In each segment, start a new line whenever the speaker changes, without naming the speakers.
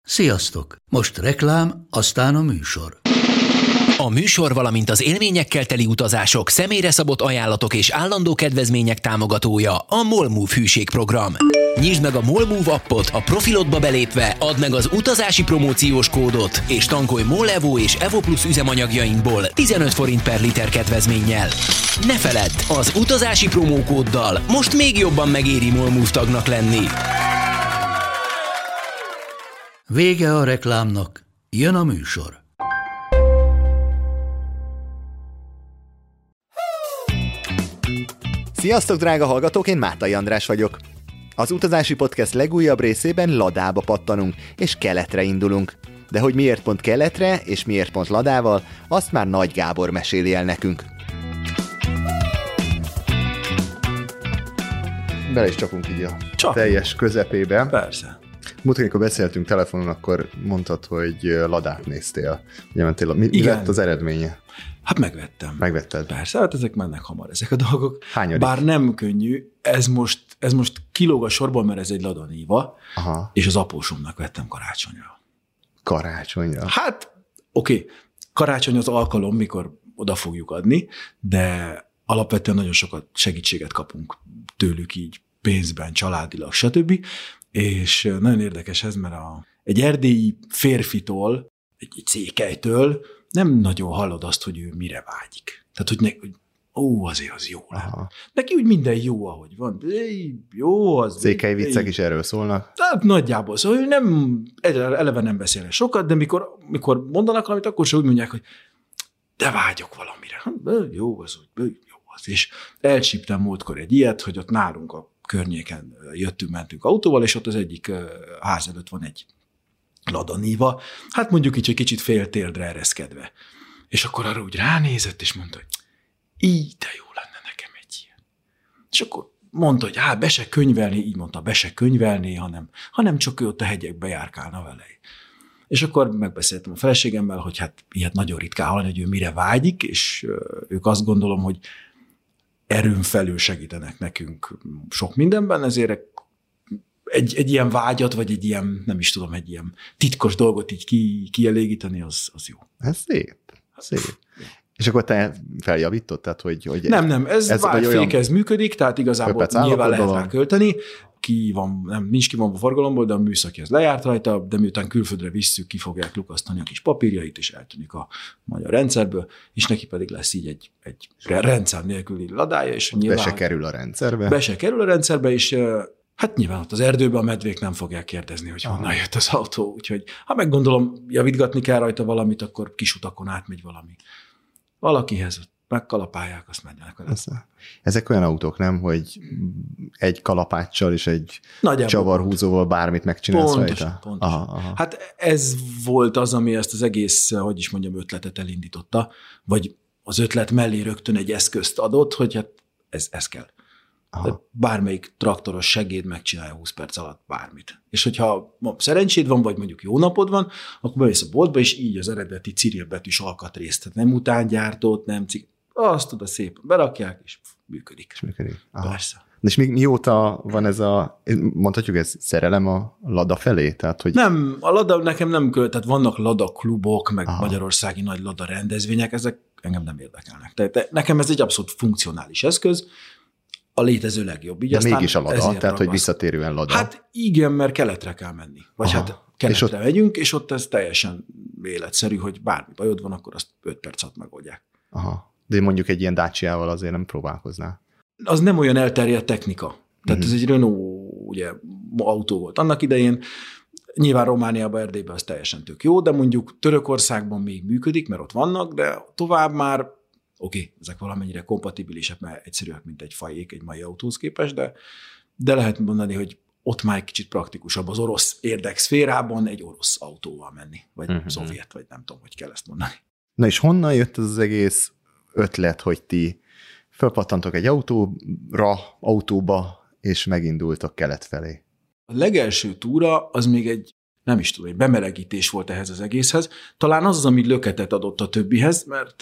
Sziasztok! Most reklám, aztán a műsor.
A műsor, valamint az élményekkel teli utazások, személyre szabott ajánlatok és állandó kedvezmények támogatója a MOLMOVE hűségprogram. Nyisd meg a MOLMOVE appot, a profilodba belépve add meg az utazási promóciós kódot, és tankolj MOL Evo és Evo Plus üzemanyagjainkból 15 forint per liter kedvezménnyel. Ne feledd, az utazási promókóddal most még jobban megéri MOLMOVE tagnak lenni.
Vége a reklámnak, jön a műsor.
Sziasztok, drága hallgatók, én Mátai András vagyok. Az utazási podcast legújabb részében Ladába pattanunk, és keletre indulunk. De hogy miért pont keletre, és miért pont Ladával, azt már Nagy Gábor meséli el nekünk. Bele is csapunk így a teljes közepébe.
Persze.
Múltkor, amikor beszéltünk telefonon, akkor mondtad, hogy Ladát néztél. Mi lett az eredménye?
Hát megvettem.
Megvetted?
Persze, hát ezek mennek hamar, ezek a dolgok.
Hányadik?
Bár nem könnyű, ez most kilóg a sorból, mert ez egy Lada Niva, és az apósomnak vettem karácsonyra.
Karácsonyra?
Hát, oké. Karácsony az alkalom, mikor oda fogjuk adni, de alapvetően nagyon sokat segítséget kapunk tőlük így pénzben, családilag, stb. És nagyon érdekes ez, mert egy erdélyi férfitól, egy székelytől nem nagyon hallod azt, hogy ő mire vágyik. Tehát, hogy azért az jó lenne. Neki úgy minden jó, ahogy van. Jó, az...
Székely viccek is erről szólnak.
Tehát nagyjából. Szóval ő eleve nem beszélnek sokat, de mikor mondanak valamit, akkor sem úgy mondják, hogy de vágyok valamire. Jó az. És elcsíptem múltkor egy ilyet, hogy ott nálunk a környéken mentünk autóval, és ott az egyik ház előtt van egy Lada Niva, hát mondjuk így, hogy kicsit fél térdre ereszkedve. És akkor arra úgy ránézett, és mondta, hogy így de jó lenne nekem egy ilyen. És akkor mondta, hogy be se könyvelné, így mondta, be se könyvelné, hanem csak ő ott a hegyekbe járkálna vele. És akkor megbeszéltem a feleségemmel, hogy hát ilyet nagyon ritkán hallani, hogy ő mire vágyik, és ők azt gondolom, hogy erőn felül segítenek nekünk sok mindenben, ezért egy ilyen vágyat, vagy egy ilyen, nem is tudom, egy ilyen titkos dolgot így kielégíteni, az jó.
Ez szép. És akkor te feljavítottad, hogy
nem, ez váltfékez működik, tehát igazából nyilván lehet rá költeni, nincs kivonva forgalomból, de a műszaki ez lejárt rajta, de miután külföldre visszük, ki fogják lukasztani a kis papírjait, és eltűnik a magyar rendszerből, és neki pedig lesz így egy rendszer nélküli Ladája, és nyilván...
Be se kerül a rendszerbe.
Be se kerül a rendszerbe, és hát nyilván ott az erdőben a medvék nem fogják kérdezni, hogy honnan jött az autó, úgyhogy ha meggondolom, javítgatni kell rajta valamit, akkor kis utakon átmegy valami. Valakihez megkalapálják, azt menjenek vele.
Ezek olyan autók, nem, hogy egy kalapáccsal és egy csavarhúzóval bármit megcsinálsz rajta?
Pontosan. Aha. Hát ez volt az, ami ezt az egész, ötletet elindította, vagy az ötlet mellé rögtön egy eszközt adott, hogy hát ez kell. Bármelyik traktoros segéd megcsinálja 20 perc alatt bármit. És hogyha szerencséd van, vagy mondjuk jó napod van, akkor bemész a boltba, és így az eredeti Cyril betűs alkatrészt, tehát nem utángyártót, azt oda szépen berakják, és működik. Persze.
És mióta van ez mondhatjuk, ez szerelem a Lada felé? Tehát, hogy...
Nem, a Lada nekem nem tehát vannak Lada klubok, meg magyarországi nagy Lada rendezvények, ezek engem nem érdekelnek. Tehát nekem ez egy abszolút funkcionális eszköz, a létező legjobb. Így
de mégis a Lada, tehát hogy visszatérően Lada.
Hát igen, mert keletre kell menni. Vagy keletre megyünk, és ott ez teljesen életszerű, hogy bármi bajod van, akkor azt 5 perc alatt megoldják.
De mondjuk egy ilyen Dacia-val azért nem próbálkoznál.
Az nem olyan elterjedt technika. Tehát ez egy Renault ugye, autó volt annak idején. Nyilván Romániában, Erdélyben az teljesen tök jó, de mondjuk Törökországban még működik, mert ott vannak, de tovább már ezek valamennyire kompatibilisek, mert egyszerűek, mint egy fajék egy mai autóhoz képest, de lehet mondani, hogy ott már egy kicsit praktikusabb az orosz érdekszférában egy orosz autóval menni, vagy szovjet, vagy nem tudom, hogy kell ezt mondani.
Na és honnan jött az egész ötlet, hogy ti felpattantok egy autóba, és megindultok kelet felé?
A legelső túra az még egy bemelegítés volt ehhez az egészhez. Talán az, ami löketet adott a többihez, mert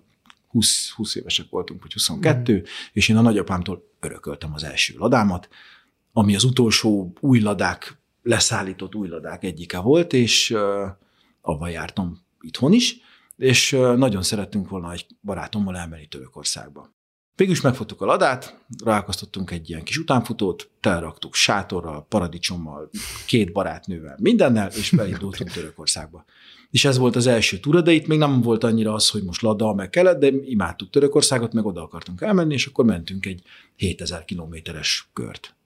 20 évesek voltunk, vagy 22, és én a nagyapámtól örököltem az első Ladámat, ami az utolsó új Ladák leszállított új ladák egyike volt, és avval jártam itthon is, és nagyon szerettünk volna egy barátommal elmenni Törökországba. Végül is megfogtuk a ladát, ráakasztottunk egy ilyen kis utánfutót, teleraktuk sátorral, paradicsommal, 2 barátnővel, mindennel, és elindultunk Törökországba. És ez volt az első túra, de itt még nem volt annyira az, hogy most lada, meg kellett, de imádtuk Törökországot, meg oda akartunk elmenni, és akkor mentünk egy 7000 kilométeres kört.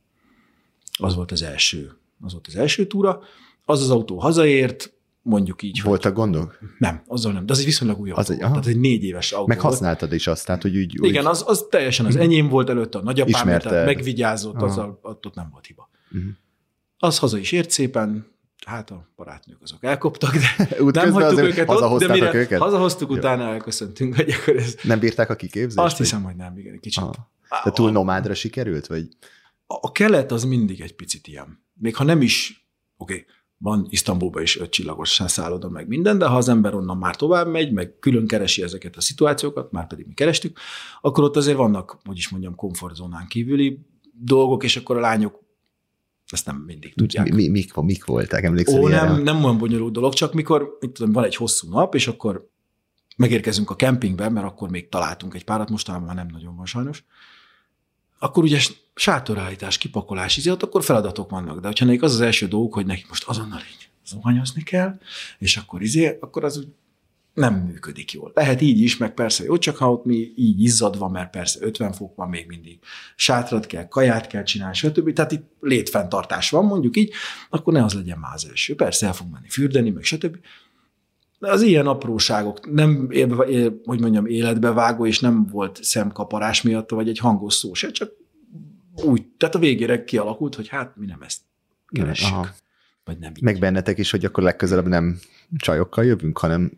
Az volt az első túra. Az autó hazaért, mondjuk így.
Voltak gondok?
Nem, azzal nem, de az egy viszonylag új autó. Tehát egy 4 éves autó.
Meg használtad is azt, tehát hogy úgy...
Igen, az teljesen az enyém volt előtte, a nagyapám, tehát megvigyázott, azzal ott nem volt hiba. Az haza is ért szépen, hát a barátnők azok elkoptak, de nem hagytuk őket ott, de mire hazahoztuk, utána elköszöntünk, hogy akkor ez...
Nem bírták a kiképzést?
Azt hiszem, hogy nem, igen, kicsit.
De túl nomádra sikerült, vagy?
A kelet az mindig egy picit ilyen. Még ha nem is, van Isztambulban is 5 csillagos szálloda, meg minden, de ha az ember onnan már tovább megy, meg külön keresi ezeket a szituációkat, már pedig mi kerestük, akkor ott azért vannak, hogy is mondjam, komfortzónán kívüli dolgok, és akkor a lányok ezt nem mindig tudják.
Mik voltak? Emlékszel
nem olyan bonyolult dolog, csak mikor van egy hosszú nap, és akkor megérkezünk a kempingbe, mert akkor még találtunk egy párat, mostanában már nem nagyon van sajnos, akkor ugye sátorállítás, kipakolás, ott akkor feladatok vannak, de hogyha nekik az első dolguk, hogy nekik most azonnal így zuhanyozni kell, és akkor az úgy nem működik jól. Lehet így is, meg persze jó, csak ha ott mi így izzadva, mert persze 50 fok van még mindig, sátrat kell, kaját kell csinálni, stb. Tehát itt létfenntartás van, mondjuk így, akkor ne az legyen már az első. Persze el fog menni fürdeni, meg stb. De az ilyen apróságok nem, hogy mondjam, életbevágó, és nem volt szemkaparás miatt, vagy egy hangos szó se, csak úgy, tehát a végére kialakult, hogy hát mi nem ezt keressük.
Aha.
Vagy nem így.
Meg bennetek is, hogy akkor legközelebb nem csajokkal jövünk, hanem...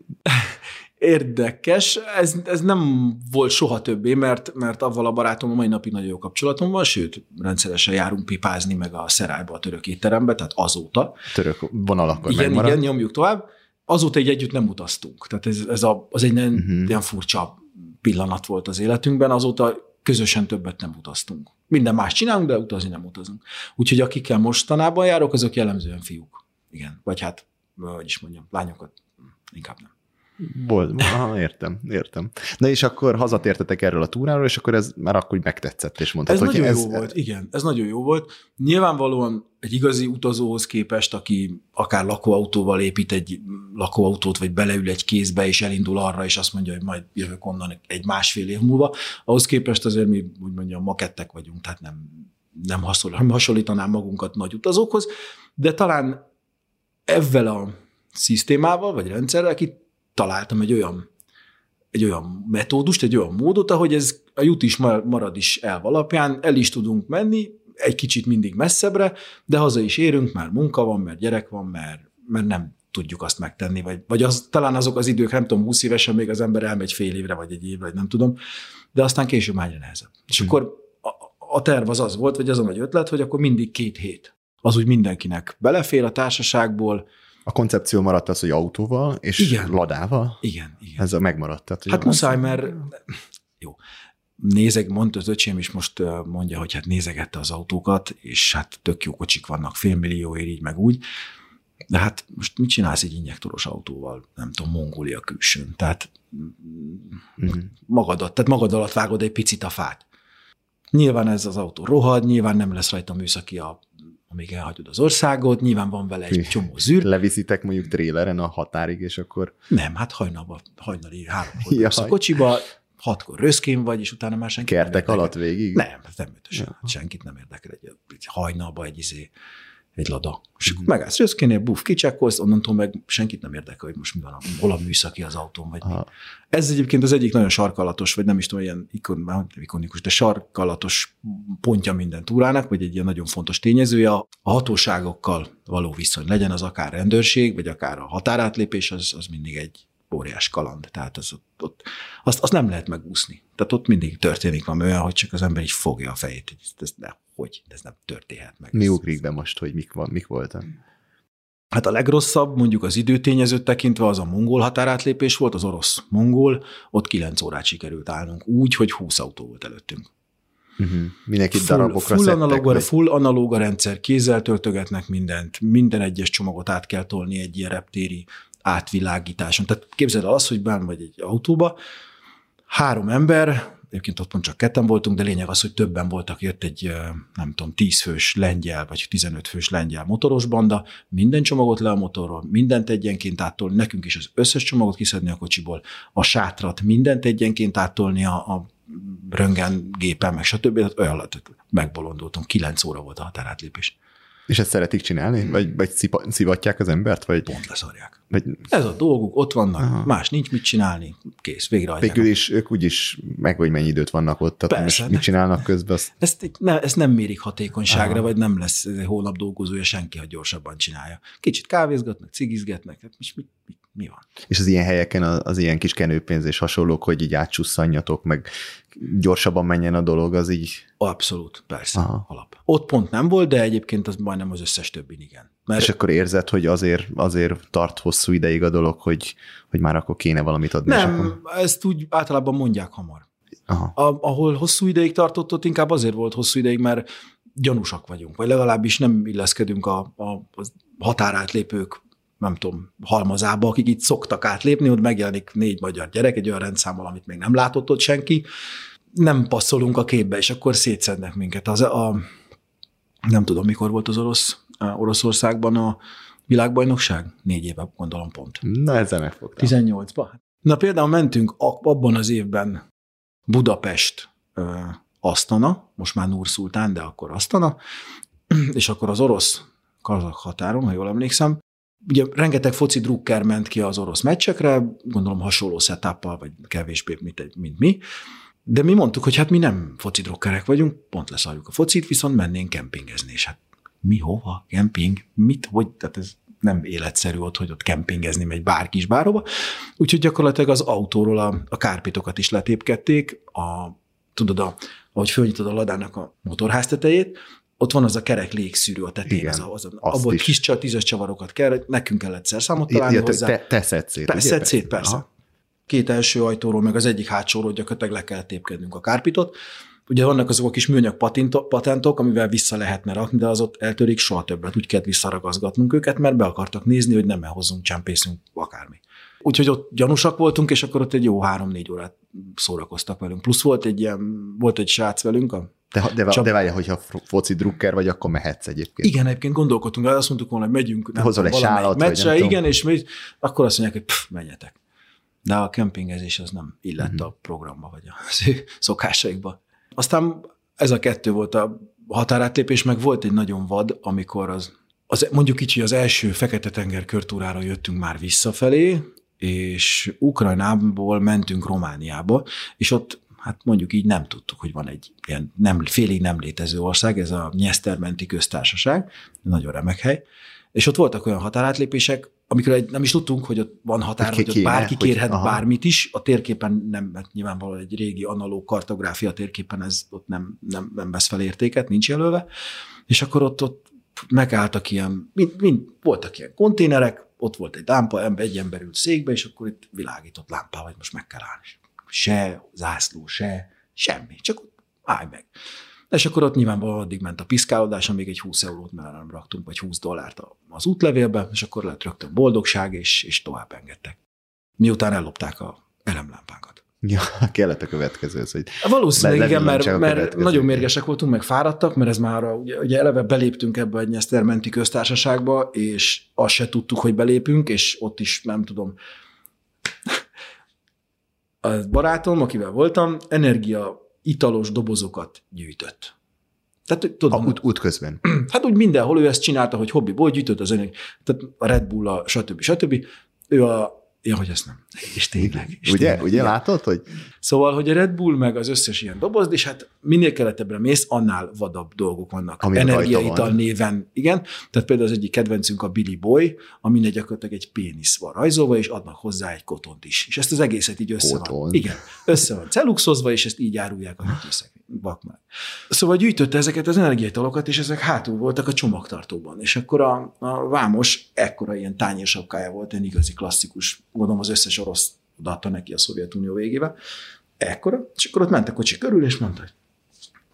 Érdekes, ez nem volt soha többé, mert avval a barátom a mai napig nagyon jó kapcsolatom van, sőt, rendszeresen járunk pipázni meg a Szerályba, a török étterembe, tehát azóta.
Török vonalakkal
megmaradt. Igen, nyomjuk tovább. Azóta így együtt nem utaztunk. Tehát az egy ilyen furcsa pillanat volt az életünkben, azóta közösen többet nem utaztunk. Minden más csinálunk, de utazni nem utazunk. Úgyhogy akikkel mostanában járok, azok jellemzően fiúk. Igen. Vagy hát, hogy is mondjam, lányokat inkább nem.
Értem. Na és akkor hazatértetek erről a túráról, és akkor ez már akkor megtetszett, és mondtad,
hogy nagyon jó volt, igen, ez nagyon jó volt. Nyilvánvalóan egy igazi utazóhoz képest, aki akár lakóautóval épít egy lakóautót, vagy beleül egy kézbe, és elindul arra, és azt mondja, hogy majd jövök onnan egy 1,5 év múlva, ahhoz képest azért mi, úgy mondjam, makettek vagyunk, tehát nem hasonlítanám magunkat nagy utazókhoz, de talán ezzel a szisztémával, vagy rendszerrel találtam egy olyan metódust, egy olyan módot, ahogy ez a jut is marad is elv alapján, el is tudunk menni, egy kicsit mindig messzebbre, de haza is érünk, mert munka van, mert gyerek van, mert nem tudjuk azt megtenni, vagy talán azok az idők, nem tudom, 20 évesen még az ember elmegy fél évre, vagy egy évre, vagy nem tudom, de aztán később már egyre nehezebb. És akkor a terv az volt, vagy az a nagy ötlet, hogy akkor mindig 2 hét. Az úgy mindenkinek belefér a társaságból.
A koncepció maradt az, hogy autóval és igen. Ladával?
Igen.
Ez megmaradt. Tehát,
hát muszáj, mert jó. Mondta az öcsém is most mondja, hogy hát nézegette az autókat, és hát tök jó kocsik vannak, $5 millióért így meg úgy. De hát most mit csinálsz egy injektoros autóval, nem tudom, Mongólia külsőn. Tehát magad alatt vágod egy picit a fát. Nyilván ez az autó rohad, nyilván nem lesz rajta műszaki amíg elhagyod az országot, nyilván van vele egy csomó zűr.
Leviszitek mondjuk tréleren a határig, és akkor...
Nem, hát hajnali 3-kor a kocsiba, 6-kor röszkén vagy, és utána már senkit
kertek nem alatt végig?
Nem, senkit nem érdekel egy hajnalba egy lada. És akkor megállsz röszkénél, buf, kicsekkolsz, onnantól meg senkit nem érdekel, hogy most mi van, hol a műszaki az autón, vagy mi. Ez egyébként az egyik nagyon sarkalatos, vagy nem is tudom, ilyen ikonikus, de sarkalatos pontja minden túrának, vagy egy ilyen nagyon fontos tényezője. A hatóságokkal való viszony, legyen az akár rendőrség, vagy akár a határátlépés, az mindig egy óriás kaland. Tehát azt nem lehet megúszni. Tehát ott mindig történik valami olyan, hogy csak az ember így fogja a fejét, hogy ez nem történhet meg.
Mi ugrik be most, hogy mik voltak?
Hát a legrosszabb, mondjuk az időtényezőt tekintve az a mongol határátlépés volt, az orosz-mongol, ott 9 órát sikerült állnunk úgy, hogy 20 autó volt előttünk.
Mindenki darabokra szedtek.
Full analóg a rendszer, kézzel töltögetnek mindent, minden egyes csomagot át kell tolni egy ilyen reptéri átvilágításon. Tehát képzeld el azt, hogy benn vagy egy autóba, 3 ember, egyébként ott pont csak 2 voltunk, de lényeg az, hogy többen voltak, jött egy, nem tudom, 10 fős lengyel, vagy 15 fős lengyel motoros banda, minden csomagot le a motorról, mindent egyenként áttolni, nekünk is az összes csomagot kiszedni a kocsiból, a sátrat, mindent egyenként áttolni a röntgengépen, meg stb. Olyan lett, megbolondultunk, 9 óra volt a határátlépés.
És ezt szeretik csinálni? Vagy szivatják az embert? Vagy...
Pont leszarják. Ez a dolguk, ott vannak, más nincs mit csinálni, kész, végrehajtják.
Végül is ők úgyis meg, hogy mennyi időt vannak ott, tehát persze, mit csinálnak közben.
Ezt nem mérik hatékonyságra, vagy nem lesz hónap dolgozója senki, ha gyorsabban csinálja. Kicsit kávézgatnak, cigizgetnek, hát mi van?
És az ilyen helyeken az ilyen kis kenőpénz és hasonlók, hogy így átsusszanjatok, meg gyorsabban menjen a dolog, az így...
Abszolút, persze, alap. Ott pont nem volt, de egyébként az majdnem az összes többin igen.
És akkor érzed, hogy azért tart hosszú ideig a dolog, hogy már akkor kéne valamit adni?
Nem, ezt úgy általában mondják hamar. Ahol hosszú ideig tartott, ott inkább azért volt hosszú ideig, mert gyanúsak vagyunk, vagy legalábbis nem illeszkedünk a határátlépők, nem tudom, halmazába, akik itt szoktak átlépni, ott megjelenik 4 magyar gyerek, egy olyan rendszámmal, amit még nem látott ott senki, nem passzolunk a képbe, és akkor szétszednek minket. Nem tudom, mikor volt az Oroszországban a világbajnokság? 4 éve, gondolom pont.
Na, ezzel megfogtam.
18-ban. Na például mentünk abban az évben Budapest, Asztana, most már Nur-Szultán, de akkor Asztana, és akkor az orosz-kazak határon, ha jól emlékszem, ugye rengeteg foci drukker ment ki az orosz meccsekre, gondolom hasonló setuppal, vagy kevésbé, mint mi, de mi mondtuk, hogy hát mi nem foci drukkerek vagyunk, pont leszarjuk a focit, viszont mennénk kempingezni, és hát mi, hova, kemping, mit, hogy, tehát ez nem életszerű ott, hogy ott kempingezni megy bárki is bárhova, úgyhogy gyakorlatilag az autóról a kárpitokat is letépkedték, tudod, ahogy fölnyitod a ladának a motorház tetejét, ott van az a kerek légszűrő a tetején, abból kis 10-es csavarokat kell, nekünk kellett szerszámot találni hozzá.
Te szedsz szét.
Szedsz szét, persze. Aha. 2 első ajtóról, meg az egyik hátsóról gyakorlatilag le kell tépkednünk a kárpitot. Ugye vannak azok a kis műanyag patentok, amivel vissza lehetne rakni, de az ott eltörik, soha többet. Úgy kellett visszaragazgatnunk őket, mert be akartak nézni, hogy nem elhozzunk, csempészünk, akármi. Úgyhogy ott gyanúsak voltunk, és akkor ott egy jó 3-4 órát szórakoztak velünk. Plusz volt egy srác velünk,
de várja, hogyha foci drukker vagy, akkor mehetsz egyébként.
Igen, egyébként gondolkodtunk, azt mondtuk volna, hogy megyünk
hozol egy sálat,
meccsre, igen, és akkor azt mondják, hogy menjetek. De a kempingezés az nem illett a programba, vagy a szokásaikba. Aztán ez a 2 volt a határátlépés, meg volt egy nagyon vad, amikor mondjuk így, hogy az első Fekete-tenger körtúrára jöttünk már visszafelé, és Ukrajnából mentünk Romániába, és ott hát mondjuk így nem tudtuk, hogy van egy ilyen félig nem létező ország, ez a Nyesztermenti köztársaság, nagyon remek hely, és ott voltak olyan határátlépések, amikor nem is tudtunk, hogy ott van határ, hogy ott bárki kérhet bármit is, a térképen nem, mert nyilvánvalóan egy régi analóg kartográfia térképen ez ott nem vesz fel értéket, nincs jelölve, és akkor ott megálltak ilyen, voltak ilyen konténerek, ott volt egy lámpa, egy ember ült székbe, és akkor itt világított lámpával, hogy most meg kell állni. Se zászló, semmi, csak ott állj meg. És akkor ott nyilvánvalóan addig ment a piszkálódás, amíg egy 20 eurót már nem raktunk, vagy $20 az útlevélbe, és akkor lett rögtön boldogság, és tovább engedtek. Miután ellopták a elemlámpánkat.
Ja, kellett a következő. Hogy
valószínűleg igen, mert nagyon mérgesek voltunk, meg fáradtak, mert ez már ugye eleve beléptünk ebbe egy Nyesztermenti köztársaságba, és azt se tudtuk, hogy belépünk, és ott is nem tudom. A barátom, akivel voltam, italos dobozokat gyűjtött. Tehát, tudom,
útközben.
Hát úgy mindenhol ő ezt csinálta, hogy hobbiból gyűjtött az tehát a Red Bull, stb. Ő hogy ezt nem. És tényleg.
Ugye látod, hogy...
Szóval, hogy a Red Bull meg az összes ilyen doboz, és hát minél keletebbre mész, annál vadabb dolgok vannak. Energiaital néven. Igen. Tehát például az egyik kedvencünk a Billy Boy, amin gyakorlatilag egy pénisz van rajzolva, és adnak hozzá egy kotont is. És ezt az egészet így össze van celuxozva, és ezt így árulják a hűtőszekrény. Szóval gyűjtötte ezeket az energiaitalokat, és ezek hátul voltak a csomagtartóban. És akkor a vámos ekkora ilyen tányérsapkája volt, egy igazi klasszikus, gondolom az összes orosz odaadta neki a Szovjetunió végével. Ekkora, és akkor ott ment a kocsi körül, és mondta, hogy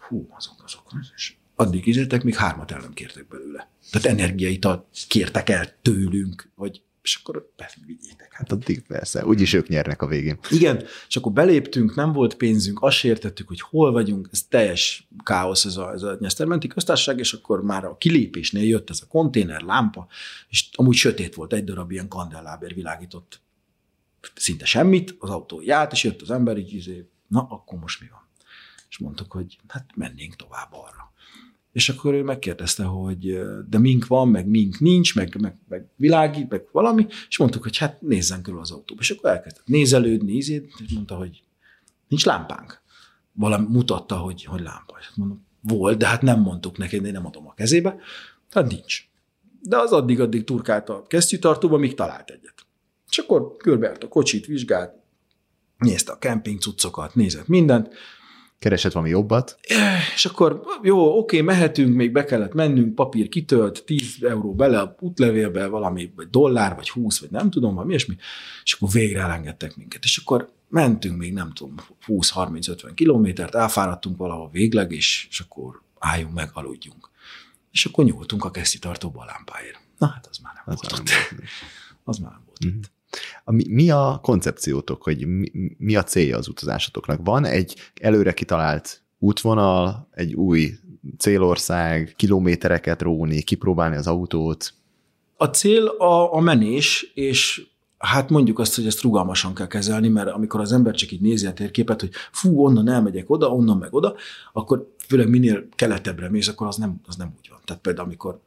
azok. És addig ízéltek, még 3 el nem kértek belőle. Tehát energiaitalt kértek el tőlünk, és akkor vigyétek.
Hát addig persze, úgyis ők nyernek a végén.
Igen, és akkor beléptünk, nem volt pénzünk, azt se értettük, hogy hol vagyunk, ez teljes káosz ez a Nyesztermenti Köztársaság, és akkor már a kilépésnél jött ez a konténer, lámpa, és amúgy sötét volt, egy darab ilyen kandelláber világított szinte semmit, az autó járt, és jött az ember, így na, akkor most mi van? És mondtuk, hogy hát mennénk tovább arra. És akkor ő megkérdezte, hogy de mink van, meg mink nincs, meg világít, meg valami, és mondtuk, hogy hát nézzen körül az autóba. És akkor elkezdett nézelődni, és mondta, hogy nincs lámpánk. Valami mutatta, hogy lámpa. És mondom, volt, de hát nem mondtuk neki, én nem adom a kezébe. Hát nincs. De az addig turkált a kesztyűtartóba, míg talált egyet. És akkor körbeállt a kocsit, vizsgált, nézte a kemping cuccokat, nézett mindent.
Keresett valami jobbat.
És akkor jó, oké, mehetünk, még be kellett mennünk, papír kitölt, 10 euró bele a útlevélbe, valami, vagy dollár, vagy 20, vagy nem tudom, valami ilyesmi, és akkor végre elengedtek minket. És akkor mentünk még, nem tudom, 20-30-50 kilométert, elfáradtunk valahol végleg, és akkor álljunk meg, aludjunk. És akkor nyúltunk a kesztyűtartóba a lámpáért. Na hát az már nem volt ott. Az már nem volt ott.
Mi a koncepciótok, hogy mi a célja az utazásotoknak? Van egy előre kitalált útvonal, egy új célország, kilométereket róni, kipróbálni az autót?
A cél a menés, és hát mondjuk azt, hogy ezt rugalmasan kell kezelni, mert amikor az ember csak így nézi a térképet, hogy onnan elmegyek oda, onnan meg oda, akkor főleg minél keletebbre mész, akkor az nem úgy van. Tehát például amikor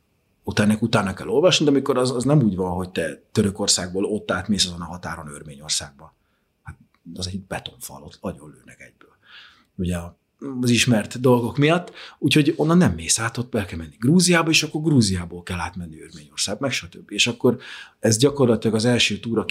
utána kell olvasni, de amikor az nem úgy van, hogy te Törökországból ott átmész azon a határon Örményországba. Hát az egy betonfal, ott agyon lőnek egyből. Ugye az ismert dolgok miatt, úgyhogy onnan nem mész át, ott be kell menni Grúziába, és akkor Grúziából kell átmenni Örményország, meg stb. És akkor ez gyakorlatilag az első túra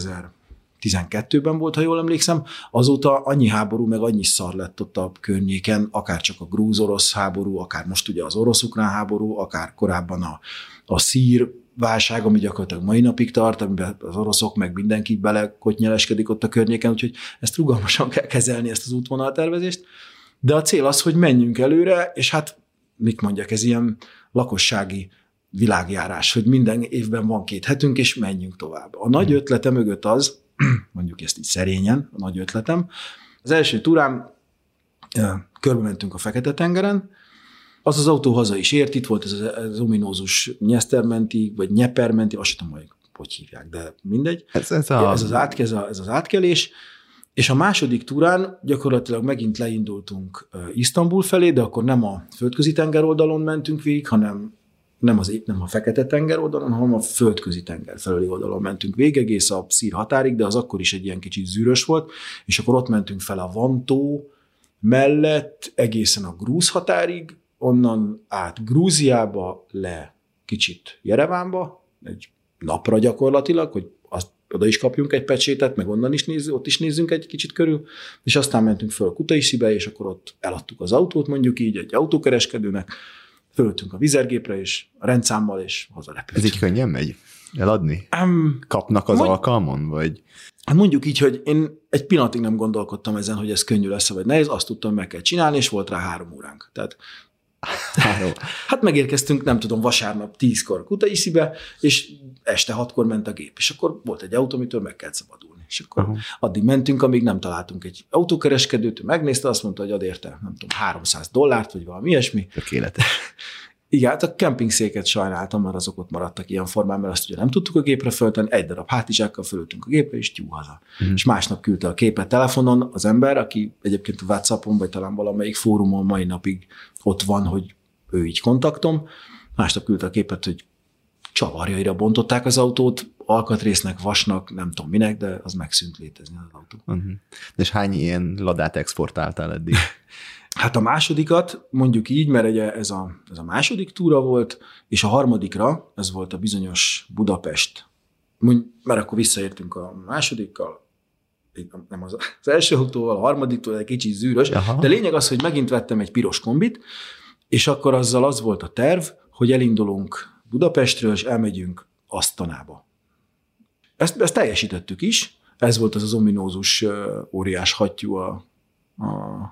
2012-ben volt, ha jól emlékszem, azóta annyi háború, meg annyi szar lett ott a környéken, akár csak a grúz-orosz háború, akár most ugye az orosz-ukrán háború, akár korábban a szír válság, ami gyakorlatilag mai napig tart, amiben az oroszok meg mindenki belekotnyeleskedik ott a környéken, úgyhogy ezt rugalmasan kell kezelni, ezt az útvonaltervezést. De a cél az, hogy menjünk előre, és hát mit mondjak, ez ilyen lakossági világjárás, hogy minden évben van 2 hetünk, és menjünk tovább. A nagy ötlete mögött az, mondjuk ezt így szerényen, a nagy ötletem, az első túrán körbe mentünk a Fekete-tengeren, az autó haza is ért, itt volt ez az ominózus Nyesztermenti, vagy Nyepermenti, azt tudom, hogy hívják, de mindegy. Ez az átkelés, és a második túrán gyakorlatilag megint leindultunk Isztambul felé, de akkor nem a földközi tenger oldalon mentünk végig, hanem nem a Fekete-tenger oldalon, hanem a földközi tenger felüli oldalon mentünk végig, egész a szír határig, de az akkor is egy ilyen kicsit zűrös volt, és akkor ott mentünk fel a Van-tó mellett egészen a grúz határig, onnan át Grúziába, le kicsit Jerevánba, egy napra gyakorlatilag, hogy oda is kapjunk egy pecsétet, meg onnan is ott is nézzünk egy kicsit körül, és aztán mentünk föl Kutaisibe, és akkor ott eladtuk az autót, mondjuk így egy autókereskedőnek, fölöttünk a vizergépre, és a rendszámmal, és hazarepültünk.
Ez így könnyen megy eladni? Kapnak az alkalmon, vagy?
Hát mondjuk így, hogy én egy pillanatig nem gondolkodtam ezen, hogy ez könnyű lesz, vagy nehéz, azt tudtam, meg kell csinálni, és volt rá 3 óránk. Tehát hát megérkeztünk, nem tudom, vasárnap 10-kor Kutaisibe, és este 6-kor ment a gép, és akkor volt egy autó, amitől meg kellett szabadulni. És akkor addig mentünk, amíg nem találtunk egy autókereskedőt, ő megnézte, azt mondta, hogy ad érte, nem tudom, $300, vagy valami ilyesmi.
Tökéletes.
Igen, hát a kempingszéket sajnáltam, mert azok ott maradtak ilyen formán, mert azt ugye nem tudtuk a gépre föltenni, egy darab hátizsákkal fölültünk a gépre, és tyú haza. És másnap küldte a képet telefonon az ember, aki egyébként a WhatsAppon, vagy talán valamelyik fórumon mai napig ott van, hogy ő így kontaktom. Másnap küldte a képet, hogy csavarjaira bontották az autót, alkatrésznek, vasnak, nem tudom minek, de az megszűnt létezni az autó.
És hány ilyen Ladát exportáltál eddig?
Hát a másodikat, mondjuk így, mert ez a második túra volt, és a harmadikra, ez volt a bizonyos Budapest. Mert akkor visszaértünk a másodikkal, nem az első autóval, a harmadiktól egy kicsit zűrös, de lényeg az, hogy megint vettem egy piros kombit, és akkor azzal az volt a terv, hogy elindulunk Budapestről, és elmegyünk Asztanába. Ezt teljesítettük is, ez volt az ominózus óriás hattyú a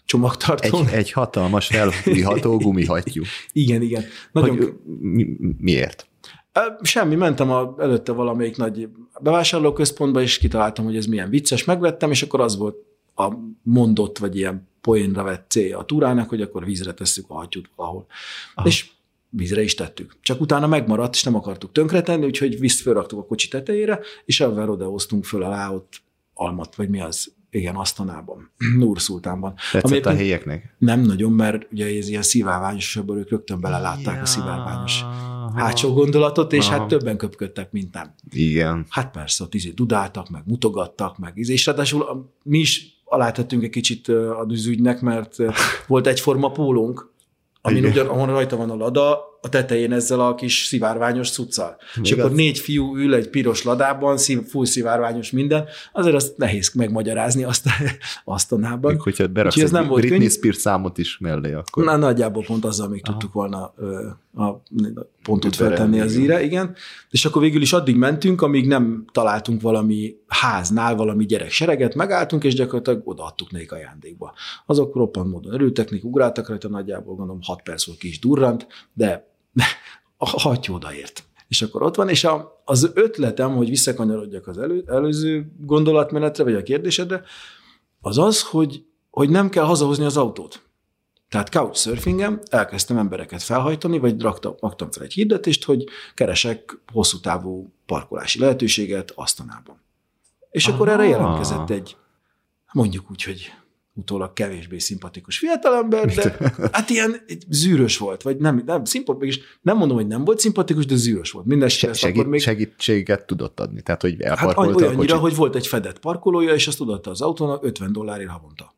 csomagtartó.
Egy hatalmas felhújható gumihattyú.
Igen. Nagyon...
Hogy, miért?
Semmi, mentem előtte valamelyik nagy bevásárlóközpontba, és kitaláltam, hogy ez milyen vicces, megvettem, és akkor az volt a mondott, vagy ilyen poénra vett célja a túrának, hogy akkor vízre tesszük a hattyút valahol. És vízre is tettük. Csak utána megmaradt, és nem akartuk tönkretenni, úgyhogy fölraktuk a kocsi tetejére, és ebben odahoztunk föl alá ott almat, vagy mi az, igen, Asztanában, Nur-Szultánban.
Tetszett a helyieknek?
Nem nagyon, mert ugye ez ilyen szivárványos, abban ők rögtön belelátták a szivárványos hátsó gondolatot, és hát többen köpködtek, mint nem.
Igen.
Hát persze, ott dudáltak, meg mutogattak, meg és ráadásul mi is alátettünk egy kicsit az ügynek, mert volt egyforma pólónk, ahol rajta van a lada, a tetején ezzel a kis szivárványos cuccal. És akkor 4 fiú ül egy piros ladában, full szivárványos minden, azért azt nehéz megmagyarázni Asztanában.
Még hogyha beraksz egy Britney Spears számot is mellé, akkor...
Na, nagyjából pont azzal még tudtuk volna a pontot feltenni az íre, igen. És akkor végül is addig mentünk, amíg nem találtunk valami háznál, valami gyereksereget, megálltunk, és gyakorlatilag odaadtuk nekik ajándékba. Azok roppant módon örültek, nekik ugráltak rajta, nagyjából gondolom 6 perc volt ki is durrant, de a hattyú odaért. És akkor ott van, és az ötletem, hogy visszakanyarodjak az előző gondolatmenetre, vagy a kérdésedre, az az, hogy nem kell hazahozni az autót. Tehát couchsurfingem elkezdtem embereket felhajtani, vagy raktam fel egy hirdetést, hogy keresek hosszú távú parkolási lehetőséget Asztanában. És akkor erre jelentkezett egy, mondjuk úgy, hogy utólag kevésbé szimpatikus fiatalember, de hát ilyen zűrös volt, vagy nem szimpatikus, nem mondom, hogy nem volt szimpatikus, de zűrös volt.
Segítséget tudott adni, tehát hogy
elparkolta a kocsit. Hogy volt egy fedett parkolója, és azt odaadta az autónak $50 havonta.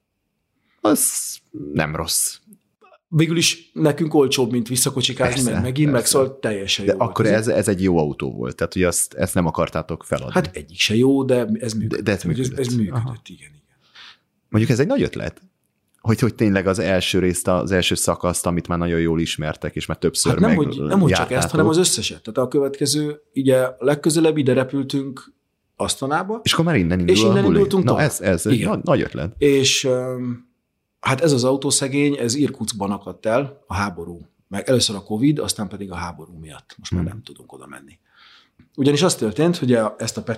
Az nem rossz.
Végül is nekünk olcsóbb, mint visszakocsikázni, meg megint, meg szóval teljesen jó.
De akkor ez egy jó autó volt, tehát hogy ezt nem akartátok feladni.
Hát egyik se jó, de ez működött.
De ez
működött, igen.
Mondjuk ez egy nagy ötlet, hogy tényleg az első részt, az első szakaszt, amit már nagyon jól ismertek, és már többször
nem hogy csak ezt, hanem az összeset. Tehát a következő, ugye legközelebb ide repültünk Asztanába.
És akkor már innen indultunk
tovább.
Na ez egy nagy ötlet.
És hát ez az autószegény, ez Irkutskban akadt el a háború. Meg először a Covid, aztán pedig a háború miatt. Most már nem tudunk oda menni. Ugyanis az történt, hogy ezt a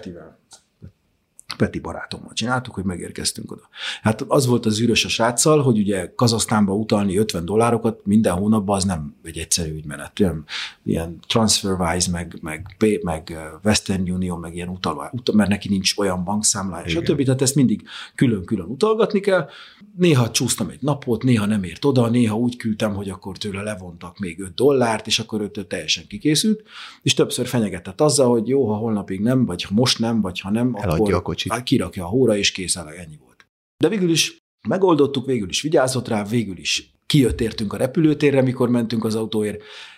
Peti barátommal csináltuk, hogy megérkeztünk oda. Hát az volt az űrös a sráccal, hogy ugye Kazahsztánba utalni $50 minden hónapban, az nem egy egyszerű ügymenet. Ilyen TransferWise, meg Western Union, meg ilyen mert neki nincs olyan bankszámlája, stb. Tehát ezt mindig külön-külön utalgatni kell. Néha csúsztam egy napot, néha nem ért oda, néha úgy küldtem, hogy akkor tőle levontak még $5, és akkor ő teljesen kikészült, és többször fenyegetett azzal, hogy jó, ha holnapig nem, vagy ha most nem, vagy ha nem,
eladja a kocsit.
Kirakja a hóra, és kész el, ennyi volt. De végül is megoldottuk, végül is vigyázott rá, végül is értünk a repülőtérre, mikor mentünk az autóért.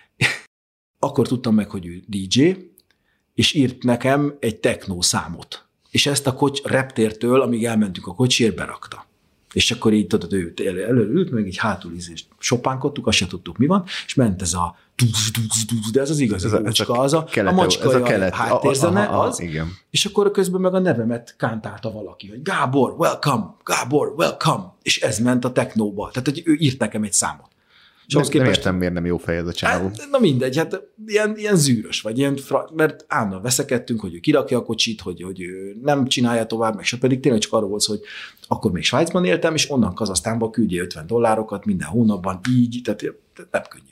Akkor tudtam meg, hogy ő DJ, és írt nekem egy techno számot. És ezt a reptértől, amíg elmentünk a kocsiért, berakta. És akkor így tudod, ő előült, meg így hátul ízést sopánkodtuk, azt se tudtuk, mi van, és ment ez a de ez az igazi macska, a macska háttérzene az, igen. És akkor közben meg a nevemet kántálta valaki, hogy Gábor, welcome, és ez ment a technóba. Tehát, hogy ő írt nekem egy számot.
Nem értem, miért nem jó fej ez a csávó.
Na mindegy, hát ilyen zűrös, vagy mert állandóan veszekedtünk, hogy ő kirakja a kocsit, hogy ő nem csinálja tovább, meg pedig tényleg csak arról volt, hogy akkor még Svájcban éltem, és onnan Kazahsztánba küldje $50 minden hónapban, így, tehát nem könnyű.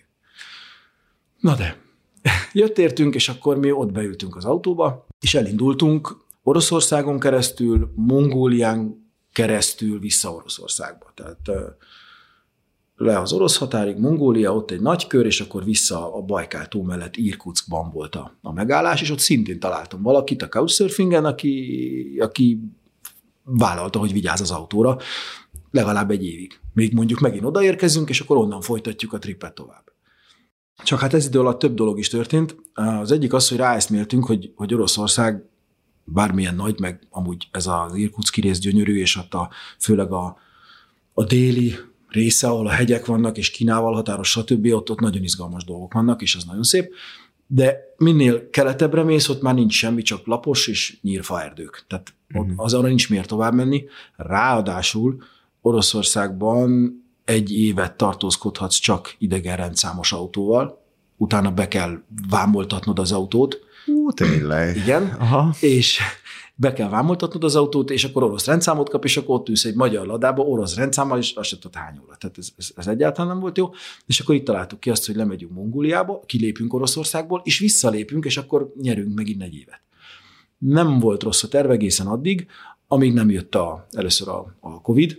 Na de, értünk, és akkor mi ott beültünk az autóba, és elindultunk Oroszországon keresztül, Mongólián keresztül vissza Oroszországba. Tehát le az orosz határig, Mongólia, ott egy nagy kör, és akkor vissza a Bajkál-tó mellett Irkutskban volt a megállás, és ott szintén találtam valakit a couchsurfingen, aki vállalta, hogy vigyáz az autóra legalább egy évig. Még mondjuk megint odaérkezünk, és akkor onnan folytatjuk a trippet tovább. Csak hát ez idő alatt több dolog is történt. Az egyik az, hogy ráeszméltünk, hogy Oroszország bármilyen nagy, meg amúgy ez az Irkutszki rész gyönyörű, és ott főleg a déli része, ahol a hegyek vannak, és Kínával határos, stb. Ott nagyon izgalmas dolgok vannak, és az nagyon szép. De minél keletebbre mész, ott már nincs semmi, csak lapos és nyírfaerdők. Tehát arra nincs miért tovább menni. Ráadásul Oroszországban 1 évet tartózkodhatsz csak idegen rendszámos autóval, utána be kell vámoltatnod az autót.
Tényleg.
Igen,
Aha.
és be kell vámoltatnod az autót, és akkor orosz rendszámot kap, és akkor ott ülsz egy magyar ladába orosz rendszámmal, és azt se tudod hány óra. Tehát ez egyáltalán nem volt jó. És akkor itt találtuk ki azt, hogy lemegyünk Mongóliába, kilépünk Oroszországból, és visszalépünk, és akkor nyerünk megint 1 évet. Nem volt rossz a terv egészen addig, amíg nem jött először a Covid,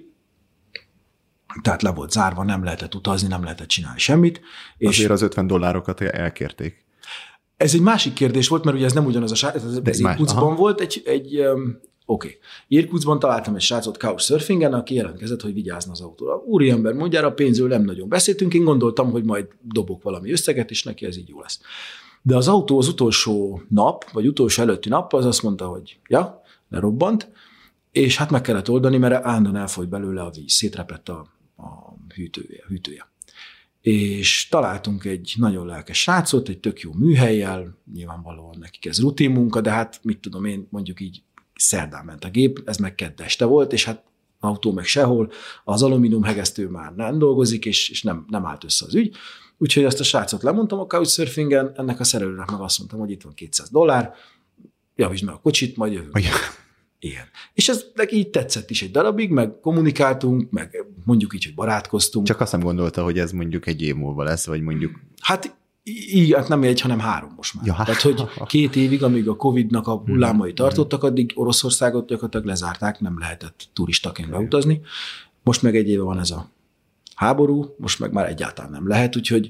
tehát le volt zárva, nem lehetett utazni, nem lehetett csinálni semmit.
Azért az $50 elkérték.
Ez egy másik kérdés volt, mert ugye ez nem ugyanaz a srác, ez Irkutskban volt oké. Irkutskban találtam egy srácot couchsurfingen, aki jelentkezett, hogy vigyázna az autóra. Úriember mondjára, a pénzről nem nagyon beszéltünk, én gondoltam, hogy majd dobok valami összeget, és neki ez így jó lesz. De az autó az utolsó nap, vagy utolsó előtti nap, az azt mondta, hogy ja, lerobbant, és hát meg kellett oldani, mert állandóan elfolyt belőle a víz, szétrepett a hűtője. És találtunk egy nagyon lelkes srácot, egy tök jó műhellyel, nyilvánvalóan nekik ez rutin munka, de hát mit tudom én, mondjuk így szerdán ment a gép, ez meg kedd este volt, és hát autó meg sehol, az alumínium hegesztő már nem dolgozik, és nem állt össze az ügy. Úgyhogy ezt a srácot lemondtam a couchsurfingen, ennek a szerelőnek meg azt mondtam, hogy itt van $200, javítsd meg a kocsit, majd jövünk. Igen. És ez neki így tetszett is egy darabig, meg kommunikáltunk, meg mondjuk így, hogy barátkoztunk.
Csak azt nem gondolta, hogy ez mondjuk 1 év múlva lesz, vagy mondjuk...
Hát nem 1, hanem 3 most már. Ja. Tehát, hogy 2 évig, amíg a Covid-nak a hullámai tartottak, addig Oroszországot gyakorlatilag lezárták, nem lehetett turistaként beutazni. Most meg 1 éve van ez a háború, most meg már egyáltalán nem lehet, úgyhogy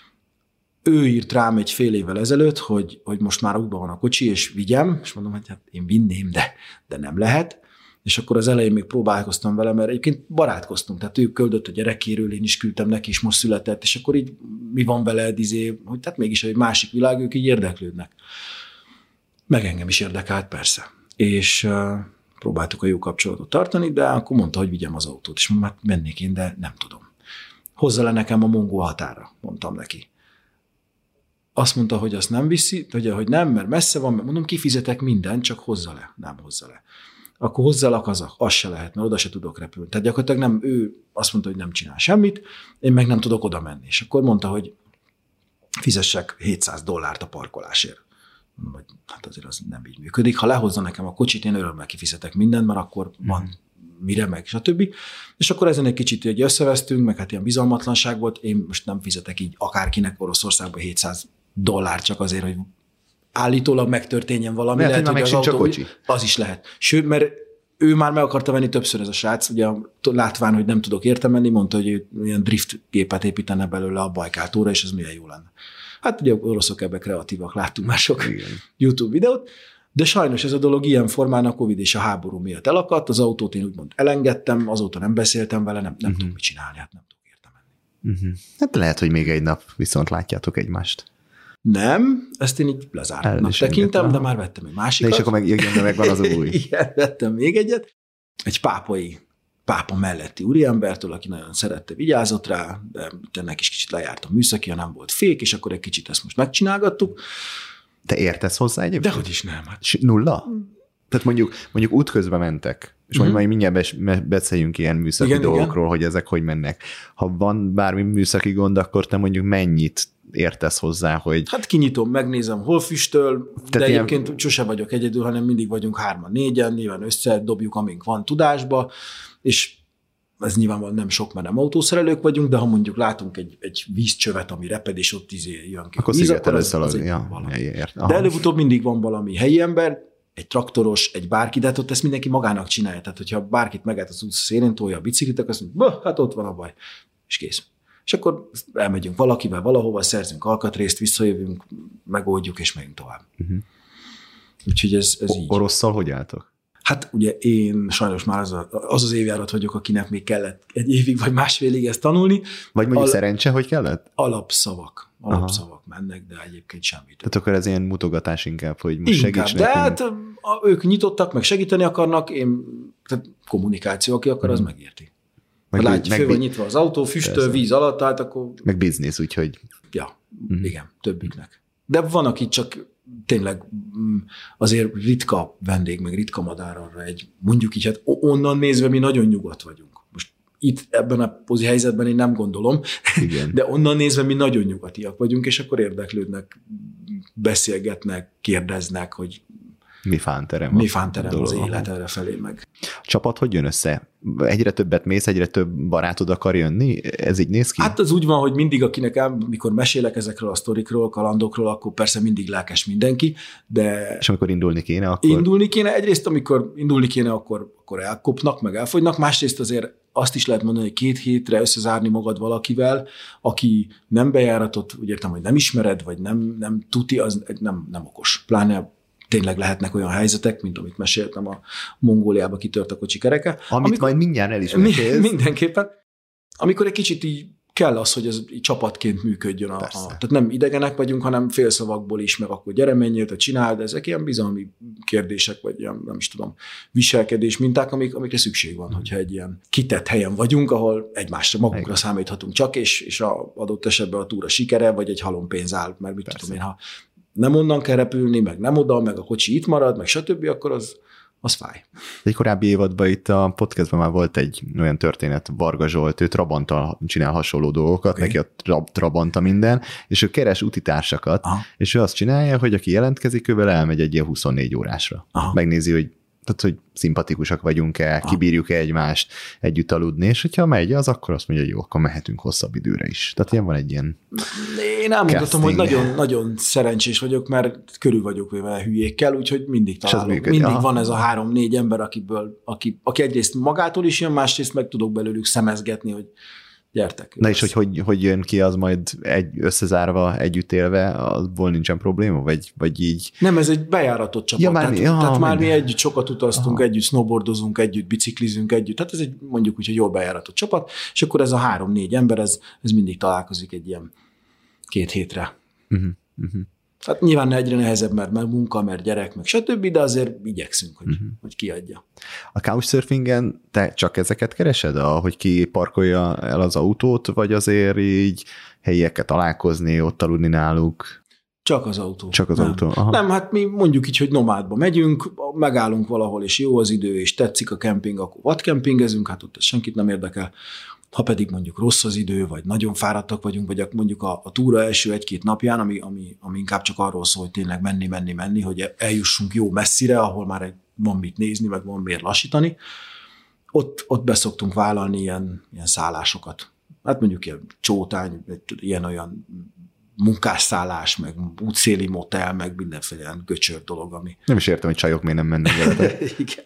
ő írt rám egy fél évvel ezelőtt, hogy most már útban van a kocsi, és vigyem, és mondom, hogy hát én vinném, de nem lehet. És akkor az elején még próbálkoztam vele, mert egyébként barátkoztunk, tehát ő küldött a gyerekéről, én is küldtem neki, és most született, és akkor így mi van vele, hogy tehát mégis egy másik világ, ők így érdeklődnek. Meg engem is érdekelt, persze. És próbáltuk a jó kapcsolatot tartani, de akkor mondta, hogy vigyem az autót, és mondom, hát mennék én, de nem tudom. Hozza le nekem a mongol határa, mondtam neki. Azt mondta, hogy azt nem viszi, hogy nem, mert messze van, mondom, kifizetek mindent, csak hozza le, nem hozza le. Akkor hozzá a kazak, az se lehet, mert oda se tudok repülni. Tehát gyakorlatilag nem, ő azt mondta, hogy nem csinál semmit, én meg nem tudok oda menni. És akkor mondta, hogy fizessek $700 a parkolásért. Mondom, hogy hát azért az nem így működik. Ha lehozza nekem a kocsit, én örömmel kifizetek mindent, mert akkor van mire meg, stb. És akkor ezen egy kicsit így összevesztünk, meg hát ilyen bizalmatlanság volt, én most nem fizetek így akárkinek Oroszországban $700 csak azért, hogy állítólag megtörténjen valami.
Lehet, hogy az autó,
az is lehet. Sőt, mert ő már meg akarta venni többször ez a srác, ugye látván, hogy nem tudok érte menni, mondta, hogy ő ilyen drift gépet építene belőle a Bajkál tóra, és ez milyen jó lenne. Hát ugye oroszok ebben kreatívak, láttunk már sok YouTube videót, de sajnos ez a dolog ilyen formán a Covid és a háború miatt elakadt, az autót én úgymond elengedtem, azóta nem beszéltem vele, nem tudok mit csinálni, hát nem tudok érte menni.
Hát lehet, hogy még egy nap viszont látjátok egymást.
Nem, ezt én így lezártnak tekintem, de már vettem egy másikat.
De és akkor megvan az új.
Igen, vettem még egyet. Egy pápa melletti úriembertől, aki nagyon szerette, vigyázott rá, de ennek is kicsit lejárt a műszaki, nem volt fék, és akkor egy kicsit ezt most megcsinálgattuk.
Te értesz hozzá egyébként?
Dehogy is nem. Hát.
Nulla? Tehát mondjuk útközben mentek, és majd mindjárt beszéljünk ilyen műszaki dolgokról, hogy ezek hogy mennek. Ha van bármi műszaki gond, akkor te mondjuk mennyit értesz hozzá, hogy...
Hát kinyitom, megnézem, hol füstöl, de egyébként sose vagyok egyedül, hanem mindig vagyunk 3-4-en, nyilván összedobjuk, amink van tudásba, és ez nyilvánvalóan nem sok, mert nem autószerelők vagyunk, de ha mondjuk látunk egy vízcsövet, ami reped, és ott jön ki
akkor
a víz, akkor az
de
előbb-utóbb mindig van valami helyi ember, egy traktoros, egy bárki, de hát ott ezt mindenki magának csinálja. Tehát, hogyha bárkit megállt az utca szélén, tolja a biciklit, akkor azt mondja, hát ott van a baj, és kész. És akkor elmegyünk valakivel valahova, szerzünk alkatrészt, visszajövünk, megoldjuk, és megyünk tovább. Úgyhogy ez így.
Orosszal hogy álltok?
Hát ugye én sajnos már az évjárat vagyok, akinek még kellett 1 évig vagy másfélig ezt tanulni.
Vagy mondjuk szerencse, hogy kellett?
Alapszavak mennek, de egyébként semmit.
Tehát akkor ez ilyen mutogatás inkább, hogy most segíts
nekünk. De hát ők nyitottak, meg segíteni akarnak, tehát kommunikáció, aki akar, az megérti. Látja, fő van nyitva az autó, füstöl, víz alatt állt, akkor...
Meg biznisz, úgyhogy...
Ja, igen, többiknek. De van, aki csak tényleg azért ritka vendég, meg ritka madár arra mondjuk így, hát onnan nézve mi nagyon nyugodt vagyunk. Most itt ebben a helyzetben én nem gondolom,
Igen.
de onnan nézve mi nagyon nyugatiak vagyunk, és akkor érdeklődnek, beszélgetnek, kérdeznek, hogy mi fánterem az élet erre felé meg.
A csapat hogy jön össze? Egyre többet mész, egyre több barátod akar jönni? Ez így néz ki?
Hát az úgy van, hogy mindig mikor mesélek ezekről a sztorikról, kalandokról, akkor persze mindig lelkes mindenki, de...
És amikor indulni kéne, akkor...
Indulni kéne. Egyrészt, amikor indulni kéne, akkor elkopnak, meg elfogynak. Másrészt azért azt is lehet mondani, hogy 2 hétre összezárni magad valakivel, aki nem bejáratott, úgy értem, hogy nem ismered, vagy nem tuti, az nem okos. Pláne tényleg lehetnek olyan helyzetek, mint amit meséltem, a Mongóliába kitört a kocsi kereke.
Amit majd mindjárt el is mesélsz.
Mindenképpen. Amikor egy kicsit így kell az, hogy ez így csapatként működjön. Tehát nem idegenek vagyunk, hanem félszavakból is, meg akkor gyere, menjél, te csináld, ezek ilyen bizalmi kérdések, vagy ilyen, nem is tudom, viselkedés minták, amikre szükség van, hogyha egy ilyen kitett helyen vagyunk, ahol egymásra magunkra számíthatunk csak, és a adott esetben a túra sikere, vagy egy halom-pénz áll, mert mit tudom én, ha nem onnan kell repülni, meg nem oda, meg a kocsi itt marad, meg stb., akkor az fáj.
Egy korábbi évadban itt a podcastban már volt egy olyan történet, Varga Zsolt, ő Trabanttal csinál hasonló dolgokat, neki a Trabanta minden, és ő keres utitársakat, és ő azt csinálja, hogy aki jelentkezik, ővel elmegy egy ilyen 24 órásra. Megnézi, hogy szimpatikusak vagyunk-e, kibírjuk-e egymást együtt aludni, és hogyha megy az, akkor azt mondja, hogy jó, akkor mehetünk hosszabb időre is. Tehát ilyen van egy ilyen
Én elmondhatom, hogy nagyon szerencsés vagyok, mert körül vagyok véve hülyékkel, úgyhogy mindig találok. Mindig van ez a 3-4 ember, aki egyrészt magától is jön, másrészt meg tudok belőlük szemezgetni, hogy gyertek.
Na és hogy jön ki az majd összezárva, együtt élve, abból nincsen probléma? Vagy így?
Nem, ez egy bejáratott csapat. Tehát már mi együtt sokat utaztunk, együtt snowboardozunk, együtt biciklizünk, együtt. Tehát ez egy mondjuk úgy, hogy jól bejáratott csapat, és akkor ez a 3-4 ember, ez mindig találkozik egy ilyen 2 hétre. Hát nyilván egyre nehezebb, mert munka, mert gyerek, meg stb., de azért igyekszünk, hogy kiadja.
A couchsurfingen te csak ezeket keresed, hogy ki parkolja el az autót, vagy azért így helyieket találkozni, ott aludni náluk?
Csak az autó.
Csak az autó. Aha.
Nem, hát mi mondjuk így, hogy nomádba megyünk, megállunk valahol, és jó az idő, és tetszik a kemping, akkor vadkempingezünk, hát ott senkit nem érdekel. Ha pedig mondjuk rossz az idő, vagy nagyon fáradtak vagyunk, vagy mondjuk a túra első 1-2 napján, ami inkább csak arról szól, hogy tényleg menni, hogy eljussunk jó messzire, ahol már van mit nézni, meg van miért lassítani, ott beszoktunk vállalni ilyen szállásokat. Hát mondjuk ilyen csótány, ilyen-olyan munkásszállás, meg útszéli motel, meg mindenféle ilyen göcsör dolog, ami...
Nem is értem, hogy csajok miért nem mennek veletek.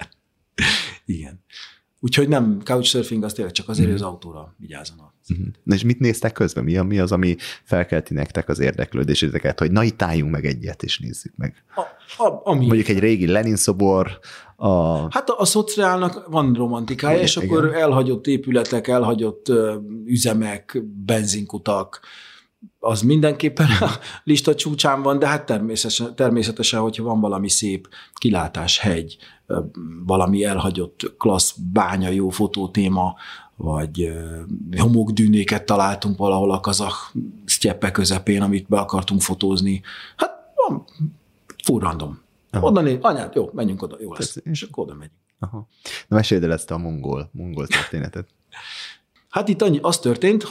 Igen. Úgyhogy nem, couchsurfing az tényleg csak azért, hogy az autóra vigyázzanak.
Na és mit néztek közben? Mi az, ami felkelti nektek az érdeklődéseteket, hogy na itt álljunk meg egyet, és nézzük meg. Mondjuk egy régi Lenin szobor.
Hát a szociálnak van romantikája, és akkor elhagyott épületek, elhagyott üzemek, benzinkutak, az mindenképpen a lista csúcsán van, de hát természetesen, hogyha van valami szép kilátás, hegy, valami elhagyott klassz bánya, jó fotótéma, vagy homokdűnéket találtunk valahol a kazah sztyeppe közepén, amit be akartunk fotózni. Hát full random. Oda anyád, jó, menjünk oda, jó lesz. És akkor oda megyünk.
Aha. Na meséld el ezt a mongol történetet. Hát
itt az történt,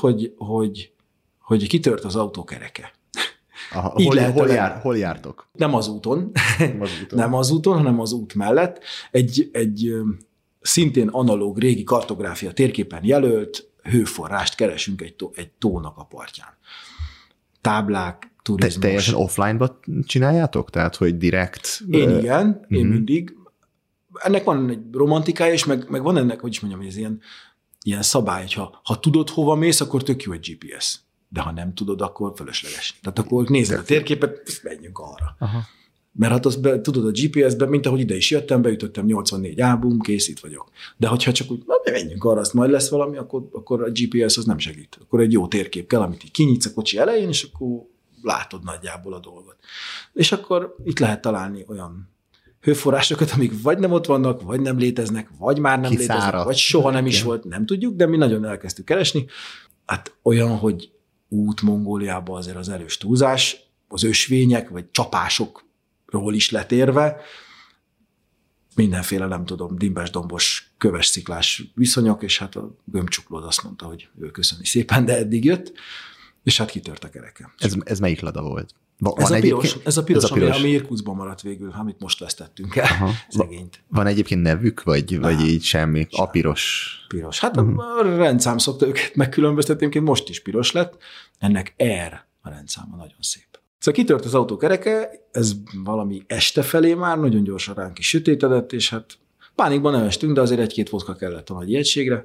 hogy kitört az autó kereke.
Aha, hol jártok?
Nem az úton. Nem az úton, hanem az út mellett. Egy szintén analóg régi kartográfia térképen jelölt hőforrást keresünk egy tónak a partján. Táblák, turizmus.
Teljesen offline-ba csináljátok? Tehát, hogy direkt?
Én mindig. Ennek van egy romantikája, és meg van ennek, hogy is mondjam, hogy ez ilyen szabály, hogy ha tudod, hova mész, akkor tök jó egy GPS. De ha nem tudod, akkor fölösleges. Tehát akkor nézed a térképet, menjünk arra. Aha. Mert hát azt tudod a GPS-ben, mint ahogy ide is jöttem, beütöttem 84 album, kész, itt vagyok. De hogyha csak úgy, menjünk arra, azt majd lesz valami, akkor a GPS az nem segít. Akkor egy jó térkép kell, amit így kinyitsz a kocsi elején, és akkor látod nagyjából a dolgot. És akkor itt lehet találni olyan hőforrásokat, amik vagy nem ott vannak, vagy nem léteznek, vagy már nem léteznek, vagy soha nem is volt, nem tudjuk, de mi nagyon elkezdtük keresni. Hát olyan, hogy út Mongóliába azért az erős túlzás, az ösvények, vagy csapásokról is letérve, mindenféle, nem tudom, dimbes-dombos köves sziklás viszonyok, és hát a gömbcsuklód azt mondta, hogy ő köszöni szépen, de eddig jött, és hát kitört a kereke.
Ez melyik Lada volt?
Ez a piros, ami Irkutskban maradt végül, amit most vesztettünk el, szegényt.
Van egyébként nevük, vagy így semmi? A piros?
Piros. Hát a rendszám szokta őket megkülönböztetni, egyébként most is piros lett, ennek R a rendszáma, nagyon szép. Szóval kitört az autó kereke, ez valami este felé már, nagyon gyorsan ránk is sötétedett, és hát pánikban nem estünk, de azért 1-2 vodka kellett a nagy ijegységre.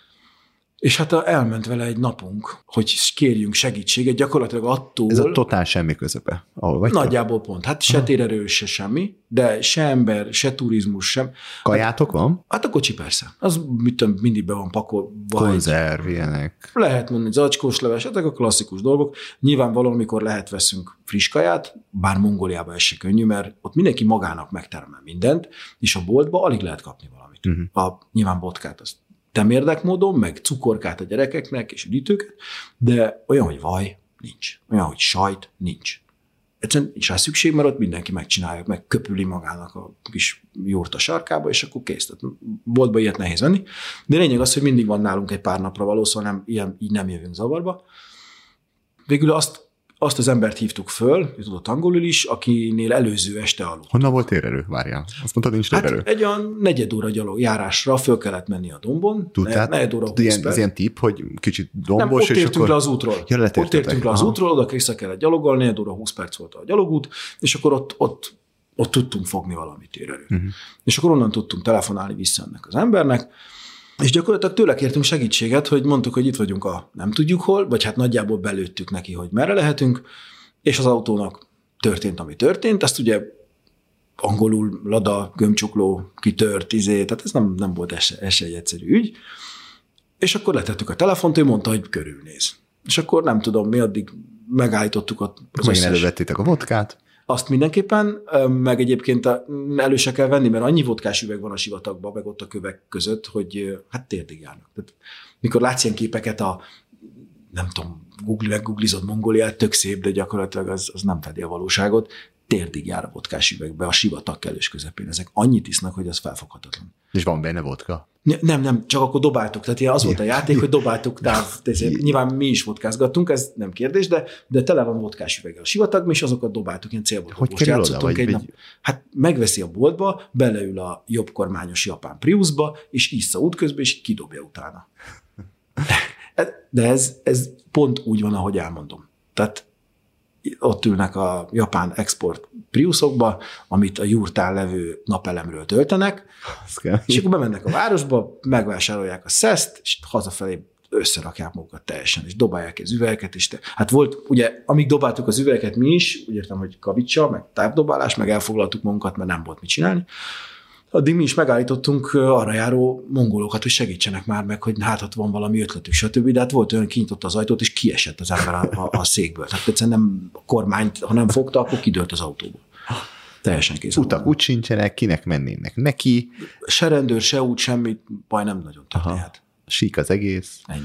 És hát elment vele egy napunk, hogy kérjünk segítséget, gyakorlatilag attól...
Ez a totál semmi közepe, ahol vagytok?
Nagyjából pont. Hát se térerő, se semmi, de se ember, se turizmus, sem.
Kajátok van?
Hát a kocsi persze. Az mindig be van pakolva.
Konzerv, ilyenek.
Lehet mondani, zacskós leves, ezek a klasszikus dolgok. Nyilvánvalóan, amikor lehet veszünk friss kaját, bár Mongóliában ez se könnyű, mert ott mindenki magának megtermel mindent, és a boltba alig lehet kapni valamit. Nyilván vodkát, azt temérdek módon, meg cukorkát a gyerekeknek, és üdítőket, de olyan, hogy vaj, nincs. Olyan, hogy sajt, nincs. Egyszerűen nincs rá szükség, mert ott mindenki megcsinálja, meg köpüli magának a kis jurt a sarkába, és akkor kész. Tehát boltba ilyet nehéz venni. De lényeg az, hogy mindig van nálunk egy pár napra való, szóval így nem jövünk zavarba. Végül azt az embert hívtuk föl, ő tudott angolul is, akinél előző este aludt.
Honnan volt térerő? Várjál. Azt mondtad, nincs térerő.
Hát egy olyan 4 óra gyalog járásra föl kellett menni a dombon.
Tudtál?
4 óra 20 perc.
Ez ilyen tipp, hogy kicsit dombos,
nem, ott
és
értünk
akkor...
le az útról.
Ja,
ott értünk le az útról, oda vissza kellett gyalogolni, 4 óra 20 perc volt a gyalogút, és akkor ott tudtunk fogni valamit térerőt. És akkor onnan tudtunk telefonálni vissza ennek az embernek, és gyakorlatilag tőle kértünk segítséget, hogy mondtuk, hogy itt vagyunk nem tudjuk hol, vagy hát nagyjából belőttük neki, hogy merre lehetünk, és az autónak történt, ami történt. Ezt ugye angolul Lada, gömbcsukló, kitört, tehát ez nem volt ez egy egyszerű ügy. És akkor letettük a telefont, ő mondta, hogy körülnéz. És akkor nem tudom, mi addig megállítottuk ott az
összes... elővettétek a vodkát?
Azt mindenképpen, meg egyébként elő se kell venni, mert annyi vodkás üveg van a sivatagban, meg ott a kövek között, hogy hát térdig járnak. Tehát, mikor látsz ilyen képeket nem tudom, googlizod Mongóliát, tök szép, de gyakorlatilag az nem fedi a valóságot. Térdig jár a vodkás üvegbe, a sivatag kellős közepén. Ezek annyit isznak, hogy az felfoghatatlan.
És van benne vodka?
Nem, csak akkor dobáltuk. Tehát az volt a játék, hogy dobáltuk nyilván mi is vodkázgattunk, ez nem kérdés, de tele van vodkás üveggel a sivatag, mi is azokat dobáltuk, ilyen célból.
Hogy kerül oda, vagy?
Hát megveszi a boltba, beleül a jobbkormányos japán Priusba, és issza útközben, és kidobja utána. De ez pont úgy van, ahogy elmondom. Tehát ott ülnek a japán export Priusokba, amit a jurtán levő napelemről töltenek, és akkor bemennek a városba, megvásárolják a szeszt, és hazafelé összerakják magukat teljesen, és dobálják az üvegeket, és hát volt, ugye, amíg dobáltuk az üvegeket mi is, úgy értem, hogy kavicsa, meg távdobálás, meg elfoglaltuk magunkat, mert nem volt mit csinálni. Addig mi is megállítottunk arra járó mongolokat, hogy segítsenek már meg, hogy hát van valami ötletük, stb. De hát volt olyan, kinyitotta az ajtót, és kiesett az ember a székből. Tehát egyszerűen nem a kormányt, ha nem fogta, akkor kidőlt az autóból. Teljesen kész.
Utak úgy sincsenek, kinek mennének neki.
Se rendőr, se út, semmit, baj nem nagyon történhet.
Sík az egész.
Ennyi.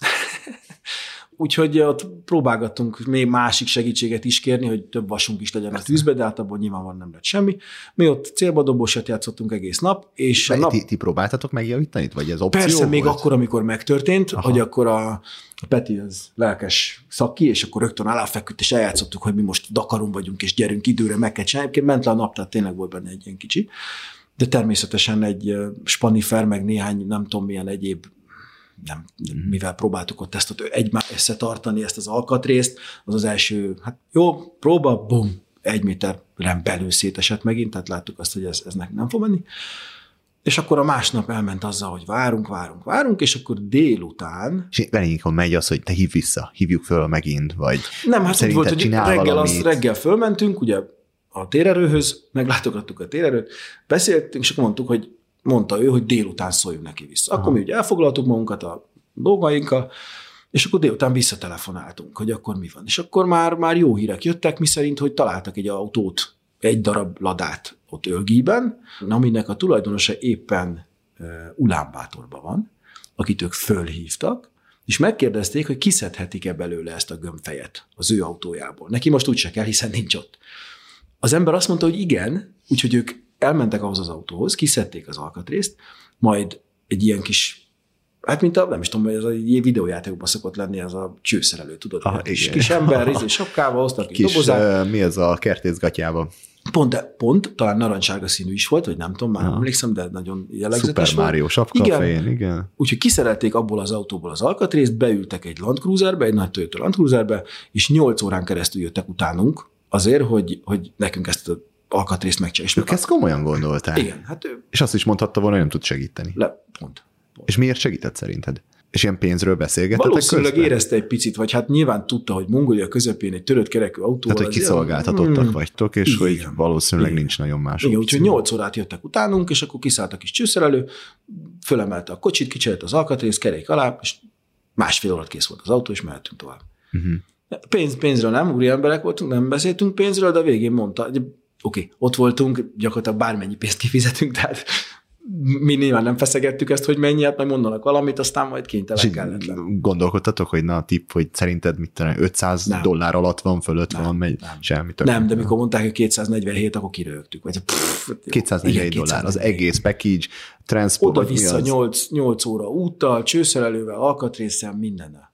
Úgyhogy ott próbálgattunk még másik segítséget is kérni, hogy több vasunk is legyen a tűzbe, de hát abból nyilvánvalóan nem lett semmi. Mi ott célba dobósat játszottunk egész nap. És
ti próbáltatok megjavítani? Vagy ez opció
persze,
volt?
még akkor, amikor megtörtént, hogy akkor a Peti az lelkes szaki, és akkor rögtön aláfeküdt, és eljátszottuk, hogy mi most Dakaron vagyunk, és gyerünk időre, meg kell csinálni. Ment le a nap, tehát tényleg volt benne egy ilyen kicsi. De természetesen egy spanifer, meg néhány nem tudom milyen egyéb mivel próbáltuk ott ezt összetartani, ezt az alkatrészt, az első, hát jó, próba, bum, 1 méteren belül szétesett megint, tehát láttuk azt, hogy ez nem fog menni. És akkor a másnap elment azzal, hogy várunk, és akkor délután...
És velünk megy az, hogy te hívj vissza, hívjuk föl megint, vagy
nem, hát úgy volt, hogy reggel fölmentünk, ugye a térerőhöz, meglátogattuk a térerőt, beszéltünk, és akkor mondtuk, hogy mondta ő, hogy délután szóljunk neki vissza. Akkor mi ugye elfoglaltuk magunkat a dolgainkkal, és akkor délután visszatelefonáltunk, hogy akkor mi van. És akkor már jó hírek jöttek, miszerint, hogy találtak egy autót, egy darab Ladát ott Ölgíben, aminek a tulajdonosa éppen Ulánbátorban van, akit ők fölhívtak, és megkérdezték, hogy kiszedhetik-e belőle ezt a gömbfejet az ő autójából. Neki most úgyse kell, hiszen nincs ott. Az ember azt mondta, hogy igen, úgyhogy ők elmentek ahhoz az autóhoz, kiszedték az alkatrészt, majd egy ilyen kis, hát mint nem is tudom, ez a videójátékokban szokott lenni, az a csőszerelő, tudod? Kis ember, sapkával hoztak egy dobozát.
Mi ez a kertészgatyában?
Pont, talán narancssárga színű is volt, vagy nem tudom, már emlékszem, de nagyon jellegzetes
Super Mario sapka fején, igen.
Úgyhogy kiszerelték abból az autóból az alkatrészt, beültek egy Land Cruiserbe, egy nagy Toyota Land Cruiserbe, és 8 órán keresztül jöttek utánunk azért, hogy nekünk ezt az alkatrészt megcsinálják.
Ők ezt komolyan gondolták.
Igen. Hát
és azt is mondhatta volna, hogy nem tud segíteni.
Pont.
És miért segített szerinted? És ilyen pénzről beszélgettetek
valószínűleg
közben?
érezte egy picit, vagy hát nyilván tudta, hogy Mongolia közepén egy törött kerekű autóval.
Tehát, hogy kiszolgáltatottak vagytok, és hogy valószínűleg nincs nagyon más.
Igen, úgyhogy 8 órát jöttek utánunk, és akkor kiszállt a kis csőszerelő, fölemelte a kocsit, kicserélte az alkatrészt, kerék alá, és 1,5 órát kész volt az autó, és mehetünk tovább. Pénzről nem, úri emberek voltunk, nem beszéltünk pénzről, de a végén mondta, hogy oké, ott voltunk, gyakorlatilag bármennyi pénzt kifizetünk, tehát mi nyilván nem feszegettük ezt, hogy mennyi, hát majd mondanak valamit, aztán majd kénytelen kellett lenni.
Gondolkodtatok, hogy na a tipp, hogy szerinted mit tenni, $500 alatt van, fölött van, megy, semmi több.
Nem, de mikor mondták, hogy 247, akkor kirögtük. Vagy
$247, az egész package, transport.
Oda-vissza 8 óra úttal, csőszerelővel, alkatrésszel, mindennel.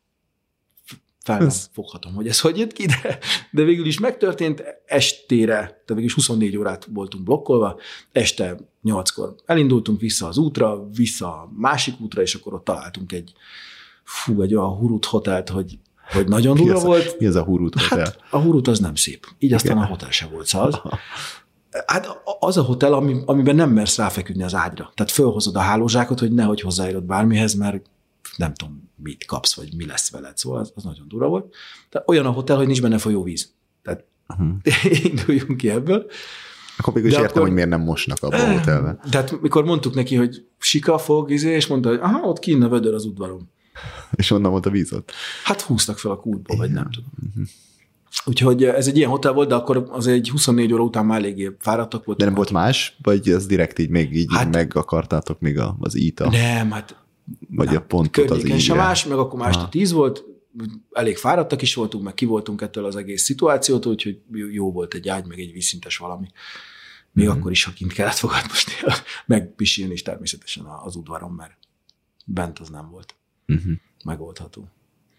Fel nem foghatom, hogy ez hogy jött ki, de végül is megtörtént estére, tehát végül is 24 órát voltunk blokkolva, este 8-kor elindultunk vissza az útra, vissza a másik útra, és akkor ott találtunk egy olyan Hurut hotelt, hogy nagyon durva volt.
Mi az a Hurut hotel?
Hát a Hurut az nem szép. Így aztán a hotel se volt szaz. Hát az a hotel, amiben nem mersz ráfeküdni az ágyra. Tehát fölhozod a hálózsákot, hogy nehogy hozzáérod bármihez, mert nem tudom, mit kapsz, vagy mi lesz veled. Szóval az nagyon durva volt. Tehát olyan a hotel, hogy nincs benne folyóvíz. Tehát induljunk ki ebből.
Akkor végül is értem, hogy miért nem mosnak abban a hotelben.
Tehát mikor mondtuk neki, hogy sika fog, és mondta, hogy aha, ott kinn a vödör az udvaron.
És onnan volt a vízot?
Hát húztak fel a kútba, vagy nem tudom. Úgyhogy ez egy ilyen hotel volt, de akkor az egy 24 óra után már eléggé fáradtak voltak.
De nem volt más? Vagy ez direkt így még így meg akartátok még az íta?
Nem, hát
vagy
nem,
a pontot az ígyre.
Sem más, meg akkor már este 10 volt, elég fáradtak is voltunk, meg ki voltunk ettől az egész szituációtól, úgyhogy jó volt egy ágy, meg egy vízszintes valami. Még akkor is, ha kint kellett fogadmosni, meg pisilni is természetesen az udvaron, mert bent az nem volt megoldható.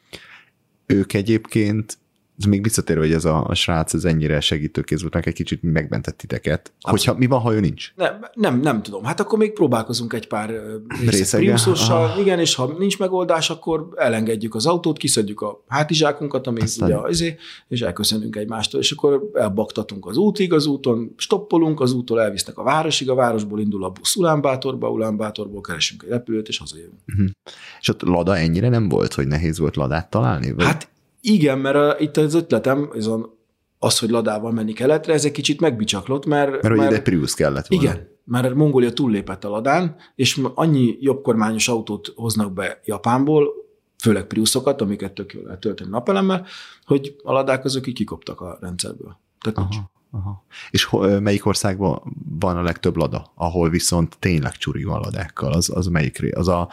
Ők egyébként, ez még visszatérő, hogy ez a srác ez ennyire segítőkész volt, meg egy kicsit megmentett titeket. Hogyha, mi van, ha ő nincs?
Nem tudom. Hát akkor még próbálkozunk egy pár Priusossal, igen, és ha nincs megoldás, akkor elengedjük az autót, kiszedjük a hátizsákunkat, ami ugye és elköszönünk egymástól, és akkor elbaktatunk az útig, az úton stoppolunk, az úttól elvisznek a városig, a városból indul a busz Ulánbátorból keresünk egy repülőt, és hazajövünk.
És ott Lada ennyire nem volt, hogy nehéz volt Ladát találni? Vagy?
Hát igen, itt az ötletem, az, hogy Ladával menni keletre, ez egy kicsit megbicsaklott, mert
ugye egy Prius kellett volna.
Igen, mert Mongólia túllépett a Ladán, és annyi jobbkormányos autót hoznak be Japánból, főleg Priusokat, amiket tök jól lehet tölteni napelemmel, hogy a Ladák azok így kikoptak a rendszerből. Tehát nincs.
És melyik országban van a legtöbb Lada, ahol viszont tényleg csuri van Ladákkal? Az melyik? Az a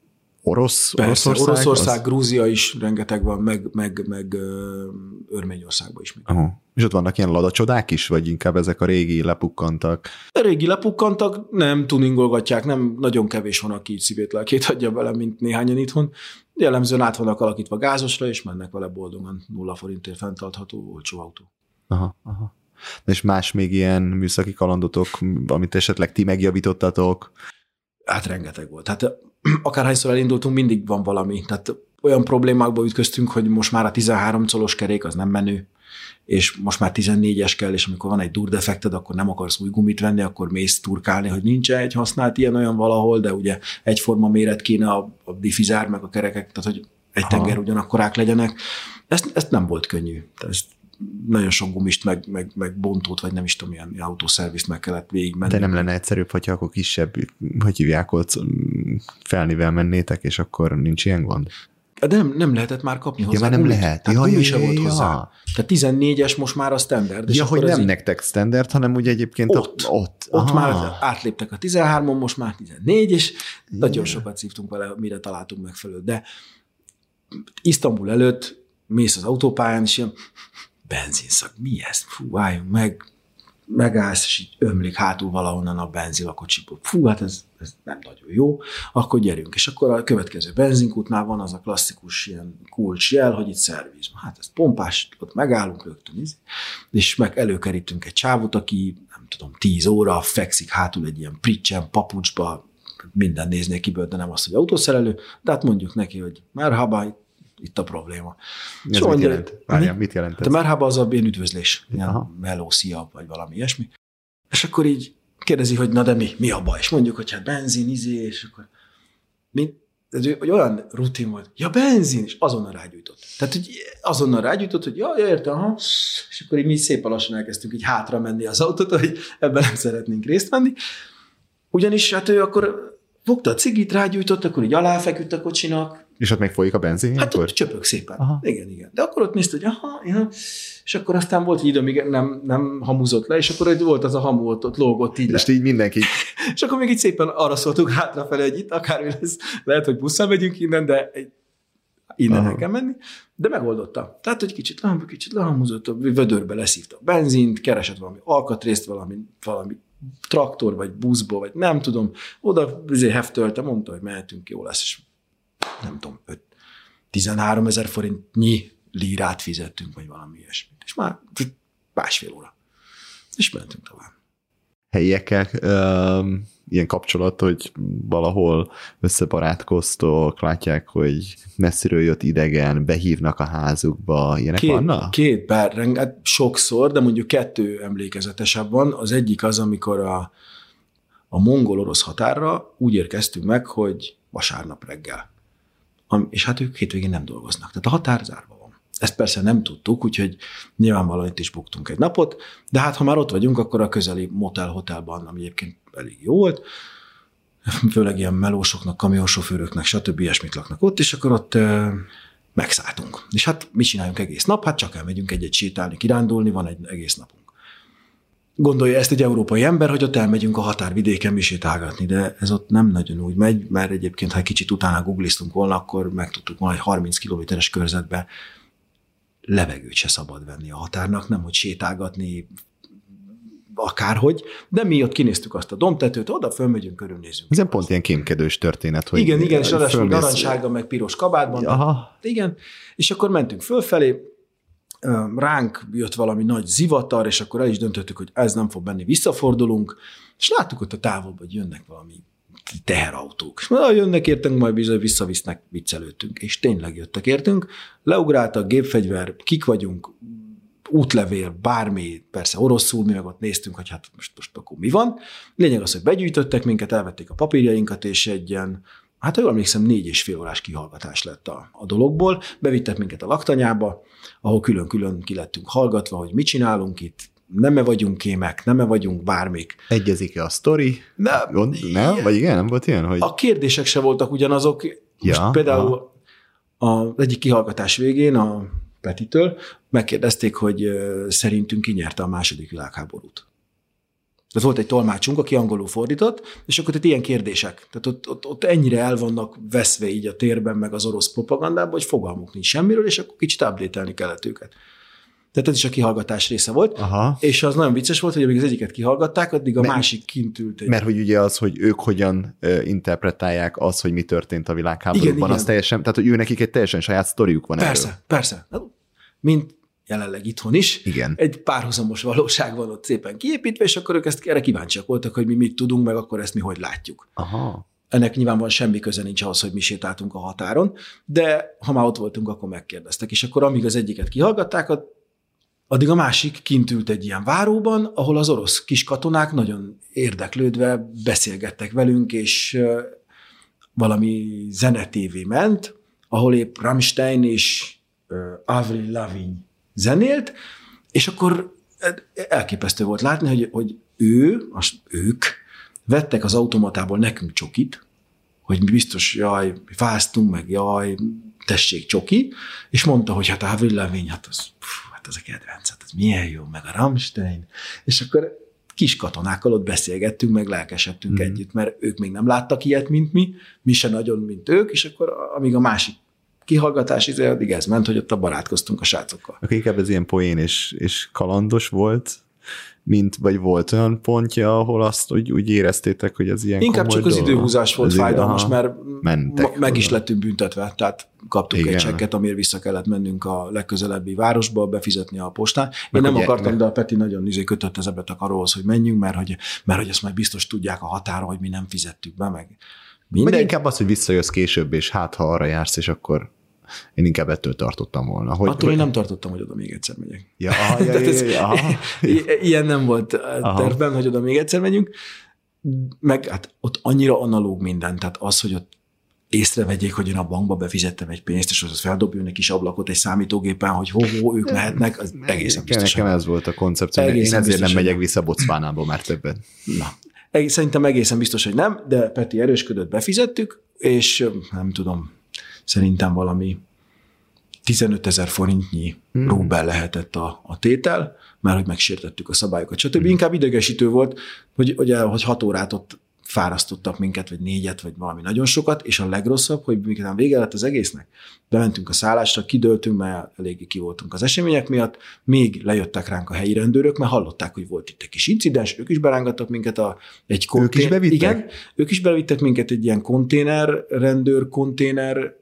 Oroszország,
Grúzia is rengeteg van, meg Örményországban is.
És ott vannak ilyen Lada csodák is, vagy inkább ezek a régi lepukkantak?
A régi lepukkantak nem tuningolgatják, nem nagyon kevés van, aki így szívét lelkét adja bele, mint néhányan itthon. Jellemzően át vannak alakítva gázosra, és mennek vele boldogan 0 forintért fenntartható olcsó autó.
És más még ilyen műszaki kalandotok, amit esetleg ti megjavítottatok?
Hát rengeteg volt. Hát akárhányszor elindultunk, mindig van valami. Tehát olyan problémákba ütköztünk, hogy most már a 13 colos kerék az nem menő, és most már 14-es kell, és amikor van egy durdefekted, akkor nem akarsz új gumit venni, akkor mész turkálni, hogy nincs egy használt ilyen-olyan valahol, de ugye egyforma méret kéne a diffizár, meg a kerekek, tehát hogy egy tenger ugyanakkorák legyenek. Ezt nem volt könnyű. Ezt nagyon sok gumist, meg bontót, vagy nem is tudom, ilyen autószervizt meg kellett végigmenni.
De nem lenne egyszerűbb, hogyha akkor kisebb, hogy hívják ott, felnivel mennétek, és akkor nincs ilyen gond?
De nem lehetett már kapni hozzá.
Ja, már nem lehet.
Gumi se volt hozzá. Tehát 14-es most már a standard.
Ja, hogy nem nektek standard, hanem ugye egyébként
ott már átléptek a 13-on, most már 14, és nagyon sokat szívtunk vele, mire találtunk megfelelőt. De Isztambul előtt mész az autópályán, és ilyen benzinszak, mi ez? Álljunk meg. megállsz, és így ömlik hátul valahonnan a benzin a kocsiból. Fú, hát ez nem nagyon jó, akkor gyerünk. És akkor a következő benzinkútnál van az a klasszikus ilyen kulcsjel, hogy itt szerviz. Hát ez pompás, ott megállunk rögtön, és meg előkerítünk egy csávot, aki nem tudom, 10 óra fekszik hátul egy ilyen pricsen, papucsba, minden nézné kiből, de nem azt, hogy autószerelő, de hát mondjuk neki, hogy merhaba, itt a probléma.
Ez mit jelent? Várjál, mit jelent ez?
De merhaba az a ilyen üdvözlés, ilyen meló, szia, vagy valami ilyesmi. És akkor így kérdezi, hogy na de mi a baj? És mondjuk, hogy hát benzin, és akkor hogy olyan rutin volt, ja benzin, és azonnal rágyújtott. Tehát, hogy azonnal rágyújtott, hogy ja, értem, aha. És akkor így mi szépen lassan elkezdtünk így hátra menni az autót, hogy ebben nem szeretnénk részt venni. Ugyanis hát ő akkor fogta a cigit, rágyújtott, akkor így aláfeküdt a kocsinak.
És ott még folyik a benzin?
Hát ott csöpög szépen. Aha. Igen. De akkor ott nézte, hogy ja. És akkor aztán volt egy idő, amíg nem hamuzott le, és akkor volt az a hamu, ott lógott így le.
És így mindenki.
És akkor még így szépen arra szóltuk hátrafelé, hogy itt akármi lesz, lehet, hogy busszal megyünk innen, de innen el kell menni. De megoldotta. Tehát, hogy kicsit lehamuzott, a vödörbe leszívta a benzint, keresett valami alkatrészt, valami traktor, vagy buszból, vagy nem tudom, oda heftölte, mondta, hogy mehetünk, jó lesz, és nem tudom, 13 000 forintnyi lírát fizettünk, vagy valami ilyesmit. És már másfél óra. És mentünk tovább.
Helyiekkel ilyen kapcsolat, hogy valahol összebarátkoztok, látják, hogy messziről jött idegen, behívnak a házukba, ilyenek vannak?
Hát sokszor, de mondjuk 2 emlékezetesebb van. Az egyik az, amikor a mongol-orosz határra úgy érkeztünk meg, hogy vasárnap reggel. És hát ők hétvégén nem dolgoznak. Tehát a határ zárva van. Ezt persze nem tudtuk, úgyhogy nyilvánvalóan itt is buktunk egy napot, de hát ha már ott vagyunk, akkor a közeli motel-hotelban, ami egyébként elég jó volt, főleg ilyen melósoknak, kamionsofőröknek, stb. Ilyesmit laknak ott, és akkor ott megszálltunk. És hát mit csináljunk egész nap? Hát csak elmegyünk egy sétálni, kirándulni, van egy egész napunk. Gondolja ezt egy európai ember, hogy ott elmegyünk a határvidéken mi sétálgatni, de ez ott nem nagyon úgy megy, mert egyébként, ha egy kicsit utána googliztunk volna, akkor megtudtuk volna, hogy 30 kilométeres körzetben levegőt se szabad venni a határnak, nem hogy sétálgatni akárhogy, de mi ott kinéztük azt a dombtetőt, oda fölmegyünk, körülnézünk.
Ez pont ilyen kémkedős történet, hogy
igen, és ráadásul narancssárga, meg piros kabátban.
Aha.
Igen, és akkor mentünk fölfelé, ránk jött valami nagy zivatar, és akkor el is döntöttük, hogy ez nem fog menni, visszafordulunk, és láttuk ott a távolban, hogy jönnek valami teherautók. És jönnek értünk, majd bizony visszavisznek, viccelődtünk. És tényleg jöttek értünk, leugráltak, gépfegyver, kik vagyunk, útlevél, bármi, persze oroszul, mi meg ott néztünk, hogy hát most akkor mi van. Lényeg az, hogy begyűjtöttek minket, elvették a papírjainkat, és egy ilyen, hát ha jól emlékszem, 4,5 órás kihallgatás lett a dologból. Bevittek minket a laktanyába, ahol külön-külön ki lettünk hallgatva, hogy mit csinálunk itt, nem-e vagyunk kémek, nem-e vagyunk bármik.
Egyezik-e a sztori? Nem? Vagy igen, nem volt ilyen? Hogy...
A kérdések se voltak ugyanazok. Most például az egyik kihallgatás végén a Petitől megkérdezték, hogy szerintünk ki nyerte a II. Világháborút. Tehát volt egy tolmácsunk, aki angolul fordított, és akkor itt ilyen kérdések. Tehát ott ennyire el vannak veszve így a térben, meg az orosz propagandában, hogy fogalmuk nincs semmiről, és akkor kicsit update-elni kellett őket. Tehát ez is a kihallgatás része volt, aha. És az nagyon vicces volt, hogy amíg az egyiket kihallgatták, addig a másik kint ült.
Mert hogy ugye az, hogy ők hogyan interpretálják az, hogy mi történt a világháborúban, igen. Az teljesen, tehát hogy ő nekik egy teljesen saját sztoriuk van erről.
Persze. Mint jelenleg itthon is.
Igen.
Egy párhuzamos valóság van ott szépen kiépítve, és akkor ők erre kíváncsiak voltak, hogy mi mit tudunk, meg akkor ezt mi hogy látjuk.
Aha.
Ennek nyilvánvalóan semmi köze nincs ahhoz, hogy mi sétáltunk a határon, de ha már ott voltunk, akkor megkérdeztek. És akkor amíg az egyiket kihallgatták, addig a másik kint ült egy ilyen váróban, ahol az orosz kis katonák nagyon érdeklődve beszélgettek velünk, és valami zenetévé ment, ahol épp Rammstein és Avril Lavigne zenélt, és akkor elképesztő volt látni, hogy ők vettek az automatából nekünk csokit, hogy mi biztos, jaj, fáztunk, meg jaj, tessék csoki, és mondta, hogy hát Avril Lavigne, hát az a kedvenc, hát az milyen jó, meg a Rammstein, és akkor kis katonákkal ott beszélgettünk, meg lelkesedtünk együtt, mert ők még nem láttak ilyet, mint mi se nagyon, mint ők, és akkor amíg a másik kihallgatás, addig ez ment, hogy ott barátkoztunk a srácokkal.
Akkor inkább ez ilyen poén és kalandos volt,
vagy volt olyan pontja, ahol azt úgy éreztétek, hogy ez ilyen
inkább csak az
dolog?
időhúzás volt fájdalmas, mert meg is
oda.
lettünk büntetve, tehát kaptunk egy csekket, amiért vissza kellett mennünk a legközelebbi városba, befizetni a postán. Én nem akartam, de a Peti nagyon kötött az ebbet arról, hogy menjünk, mert hogy ezt majd biztos tudják a határon, hogy mi nem fizettük be, meg
Vagy inkább az, hogy visszajössz később, és hát ha arra jársz, és akkor én inkább ettől tartottam volna.
Attól én nem tartottam, hogy oda még egyszer megyek.
Ja,
ilyen nem volt tervben, hogy oda még egyszer megyünk. Meg hát ott annyira analóg minden, tehát az, hogy ott észrevegyék, hogy én a bankba befizettem egy pénzt, és az feldobjon egy kis ablakot egy számítógépen, hogy ők mehetnek, az egészen biztos.
Nekem ez volt a koncepció. Én ezért nem megyek vissza Botswanába már többet.
Na, szerintem egészen biztos, hogy nem, de Peti erősködött, befizettük, és nem tudom, szerintem valami 15 000 forintnyi rubel lehetett a tétel, mert hogy megsértettük a szabályokat, stb. Inkább idegesítő volt, hogy 6 órát ott fárasztottak minket, vagy 4, vagy valami nagyon sokat, és a legrosszabb, hogy mikor vége lett az egésznek, bementünk a szállásra, kidőltünk, mert eléggé ki voltunk az események miatt, még lejöttek ránk a helyi rendőrök, mert hallották, hogy volt itt egy kis incidens, ők is berángattak minket egy konténer.
Ők is bevittek?
Igen, ők is bevittek minket egy ilyen konténer,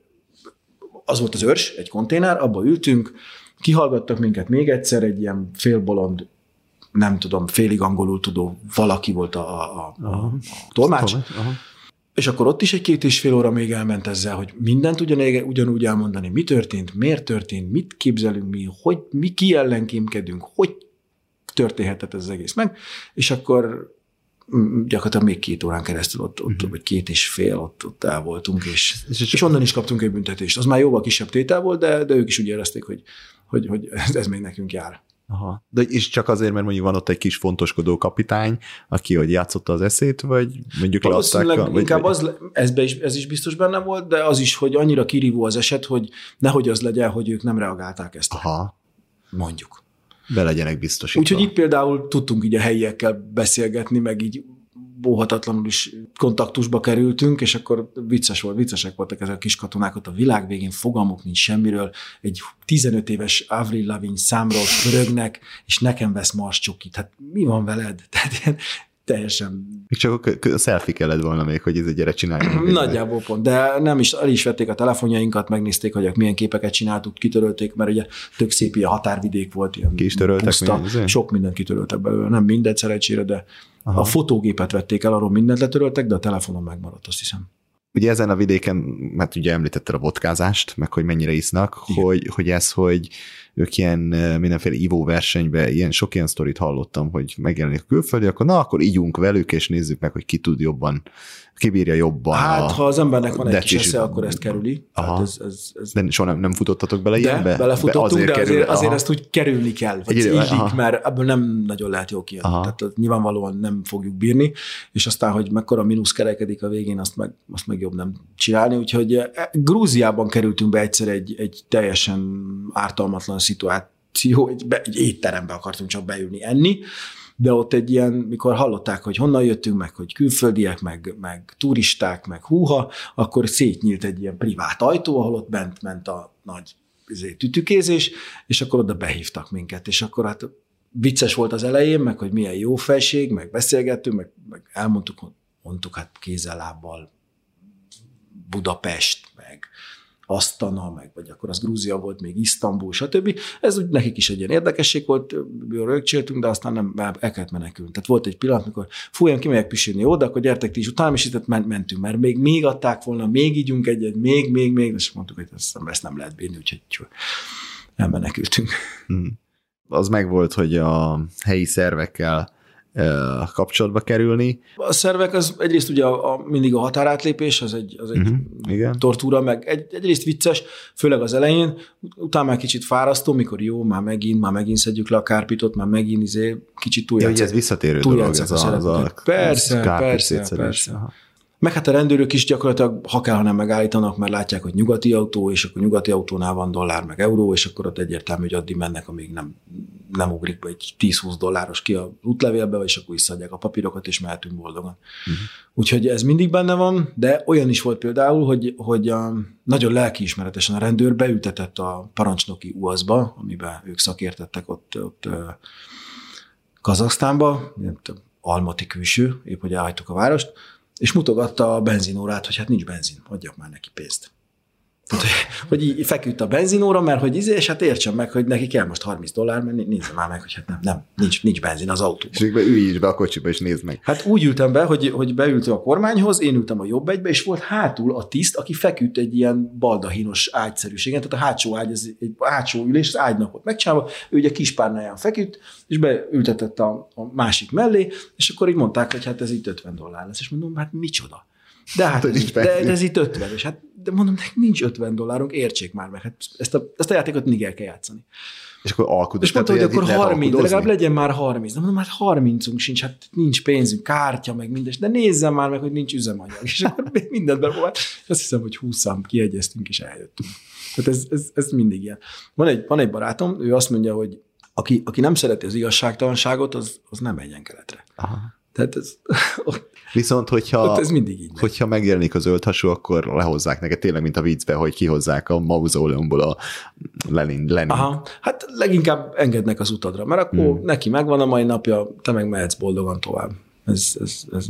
az volt az őrs, egy konténer, abba ültünk, kihallgattak minket még egyszer, egy ilyen félbolond, nem tudom, félig angolul tudó valaki volt a tolmács, és akkor ott is egy 2,5 óra még elment ezzel, hogy mindent ugyanúgy elmondani, mi történt, miért történt, mit képzelünk mi ki ellen kémkedünk, hogy történhetett ez az egész meg, és akkor gyakorlatilag még 2 órán keresztül ott vagy 2,5 ott el voltunk, és onnan is kaptunk egy büntetést. Az már jóval kisebb tétel volt, de ők is úgy érezték, hogy ez még nekünk jár.
Aha. De és csak azért, mert mondjuk van ott egy kis fontoskodó kapitány, aki hogy játszotta az eszét, vagy mondjuk
valószínűleg inkább ez is biztos benne volt, de az is, hogy annyira kirívó az eset, hogy nehogy az legyen, hogy ők nem reagálták ezt.
Aha.
Mondjuk.
Be legyenek biztosítva.
Úgyhogy itt például tudtunk így a helyiekkel beszélgetni, meg így óhatatlanul is kontaktusba kerültünk, és akkor viccesek voltak ezek a kis katonák, ott a világ végén fogalmuk nincs semmiről, egy 15 éves Avril Lavigne számról rögnek, és nekem vesz Mars csokit. Hát mi van veled? Tehát ilyen teljesen...
Még csak a selfie kellett volna még, hogy ez egy gyere csináljuk.
Nagyjából pont, de nem is, el is vették a telefonjainkat, megnézték, hogy milyen képeket csináltuk, kitörölték, mert ugye tök szép ilyen határvidék volt, ilyen
ki is töröltek
puszta, sok mindent kitöröltek belőle, nem mindegy szerencsére, de a fotógépet vették el, arról mindent letöröltek, de a telefonon megmaradt, azt hiszem.
Ugye ezen a vidéken, mert ugye említetted a vodkázást, meg hogy mennyire isznak, hogy ők ilyen mindenféle ivóversenyben, sok ilyen sztorit hallottam, hogy megjelenik a külföldi, akkor ígyunk velük, és nézzük meg, hogy ki tud jobban, ki bírja jobban.
Hát, ha az embernek van egy kis esze, akkor ezt kerüli. Hát ez... De
soha nem futottatok bele ilyenbe?
Belefutottunk, de azért ezt úgy kerülni kell, vagy illik, mert ebből nem nagyon lehet jól kijönni. Tehát nyilvánvalóan nem fogjuk bírni, és aztán, hogy mekkora mínusz kerekedik a végén, azt meg jobb nem csinálni. Úgyhogy Grúziában kerültünk be egyszer egy teljesen ártalmatlan szituáció, egy étterembe akartunk csak beülni enni, de ott egy ilyen, mikor hallották, hogy honnan jöttünk, meg hogy külföldiek, meg turisták, meg húha, akkor szétnyílt egy ilyen privát ajtó, ahol ott bent ment a nagy tütükézés, és akkor oda behívtak minket, és akkor hát vicces volt az elején, meg hogy milyen jó felség, meg beszélgettünk, meg mondtuk hát kézzel-lábbal Budapest, meg Asztana, vagy akkor az Grúzia volt, még Isztambul, stb. Ez úgy nekik is egy ilyen érdekesség volt, rögcséltünk, de aztán nem el kellett menekülni. Tehát volt egy pillanat, amikor fújjam, kimegyek pisilni, jó, de akkor gyertek ti is utána, és itt mentünk, mert még adták volna, még ígyunk egyet, még, és mondtuk, hogy ezt nem lehet bírni, úgyhogy elmenekültünk.
Az megvolt, hogy a helyi szervekkel kapcsolatba kerülni.
A szervek az egyrészt ugye mindig a határátlépés, az egy igen. Tortúra, meg egyrészt vicces, főleg az elején, utána már kicsit fárasztó, mikor jó, már megint szedjük le a kárpitot, már megint kicsit túljátszák.
Ja, ugye ez visszatérő dolog, ez a
persze. Meg hát a rendőrök is gyakorlatilag, ha kell, ha nem megállítanak, mert látják, hogy nyugati autó, és akkor nyugati autónál van dollár, meg euró, és akkor ott egyértelmű, hogy addig mennek, amíg nem ugrik be egy 10-20 dolláros ki a útlevélbe, és akkor visszaadják a papírokat, és mehetünk boldogan. Úgyhogy ez mindig benne van, de olyan is volt például, hogy nagyon lelkiismeretesen a rendőr beültetett a parancsnoki UAZ-ba, amiben ők szakértettek ott Kazahsztánba, Almaty külső, épp hogy elhagytuk a várost, és mutogatta a benzinórát, hogy hát nincs benzin, adjak már neki pénzt. Tehát, hogy így feküdt a benzinóra, mert hogy és hát értsem meg, hogy neki kell most $30, mert nézze már meg, hogy hát nem, nincs benzin az autóban.
És ülj is be a kocsiba, és nézd meg.
Hát úgy ültem be, hogy beült a kormányhoz, én ültem a jobb egybe, és volt hátul a tiszt, aki feküdt egy ilyen baldahinos ágyszerűségen, tehát a hátsó ágy, ez egy hátsó ülés, az ágynapot megcsinálva, ő ugye kispárnáján feküdt, és beültetett a másik mellé, és akkor így mondták, hogy hát ez itt $50 lesz, és mondom, hát micsoda. De hát ez itt 50, és hát de mondom, nincs $50, értsék már meg, hát ezt a játékot mindig el kell játszani.
És akkor alkudni.
És mondta, hogy akkor 30, legalább legyen már 30. De mondom, hát 30-unk sincs, hát nincs pénzünk, kártya, meg minden, de nézzem már meg, hogy nincs üzemanyag. És akkor mindent belőle. Azt hiszem, hogy 20-an kiegyeztünk, és eljöttünk. Tehát ez mindig ilyen. Van egy barátom, ő azt mondja, hogy aki nem szereti az igazságtalanságot, az nem menjen keletre. Aha. Tehát
viszont,
ez mindig így
hogyha megjelenik a zöld hasú, akkor lehozzák neked tényleg, mint a viccbe, hogy kihozzák a mauzóleumból a Lenin.
Aha, hát leginkább engednek az utadra, mert akkor neki megvan a mai napja, te meg mehetsz boldogan tovább. Ez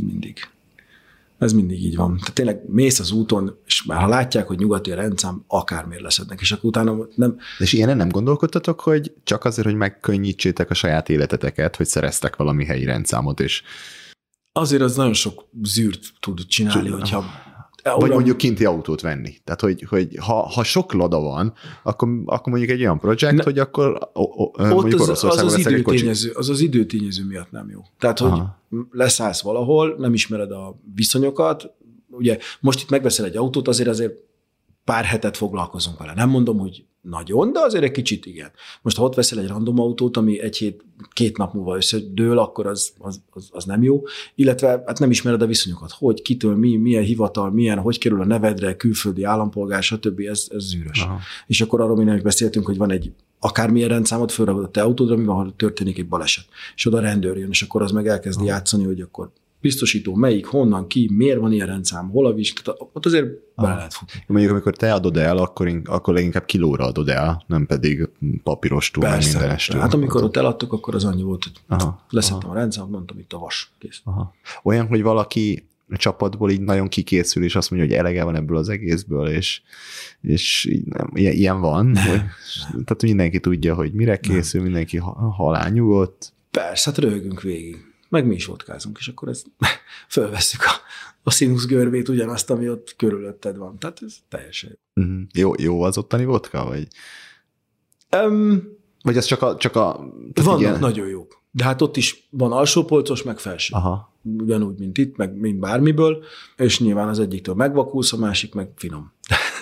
mindig így van. Tehát tényleg mész az úton, és már ha látják, hogy nyugati a rendszám, akármiért leszednek, és akkor utána nem...
És ilyenen nem gondolkodtatok, hogy csak azért, hogy megkönnyítsétek a saját életeteket, hogy szereztek valami helyi rendszámot, és...
Azért az nagyon sok zűrt tud csinálni, hogyha...
Vagy mondjuk kinti autót venni. Tehát, hogy ha sok Lada van, akkor mondjuk egy olyan projekt, hogy akkor mondjuk Oroszországban veszek egy kocsit.
Az időtényező miatt nem jó. Tehát, hogy leszállsz valahol, nem ismered a viszonyokat, ugye most itt megveszel egy autót, azért pár hetet foglalkozunk vele. Nem mondom, hogy nagyon, de azért egy kicsit igen. Most ha ott veszel egy random autót, ami 2 nap múlva összedől, akkor az nem jó. Illetve hát nem ismered a viszonyokat. Hogy, kitől, milyen hivatal, hogy kerül a nevedre, külföldi állampolgár, stb. Ez zűrös. Aha. És akkor arról mindenki beszéltünk, hogy van egy akármilyen rendszámot fölragad a te autódra, amivel történik egy baleset. És oda rendőr jön, és akkor az meg elkezdi játszani, hogy akkor biztosító, melyik, honnan, ki, miért van ilyen rendszám, hol a vizsg, ott azért bele lehet futni.
Mondjuk, amikor te adod el, akkor leginkább kilóra adod el, nem pedig papírostól, meg mindenestől.
Hát amikor ott eladtuk, akkor az annyi volt, hogy leszettem a rendszámot, mondtam, itt a vas, kész. Aha.
Olyan, hogy valaki a csapatból így nagyon kikészül, és azt mondja, hogy elege van ebből az egészből, és nem, ilyen van. Tehát mindenki tudja, hogy mire készül, mindenki halálnyugodt.
Persze, hát röhögünk végig. Meg mi is vodkázunk, és akkor ezt fölvesszük a színusz görbét, ugyanazt, ami ott körülötted van. Tehát ez teljesen
jó. Jó az ottani vodka, vagy? Vagy ez csak a
vannak ilyen... nagyon jók. De hát ott is van alsópolcos, meg felső.
Aha.
Ugyanúgy, mint itt, meg mint bármiből, és nyilván az egyiktől megvakulsz, a másik meg finom.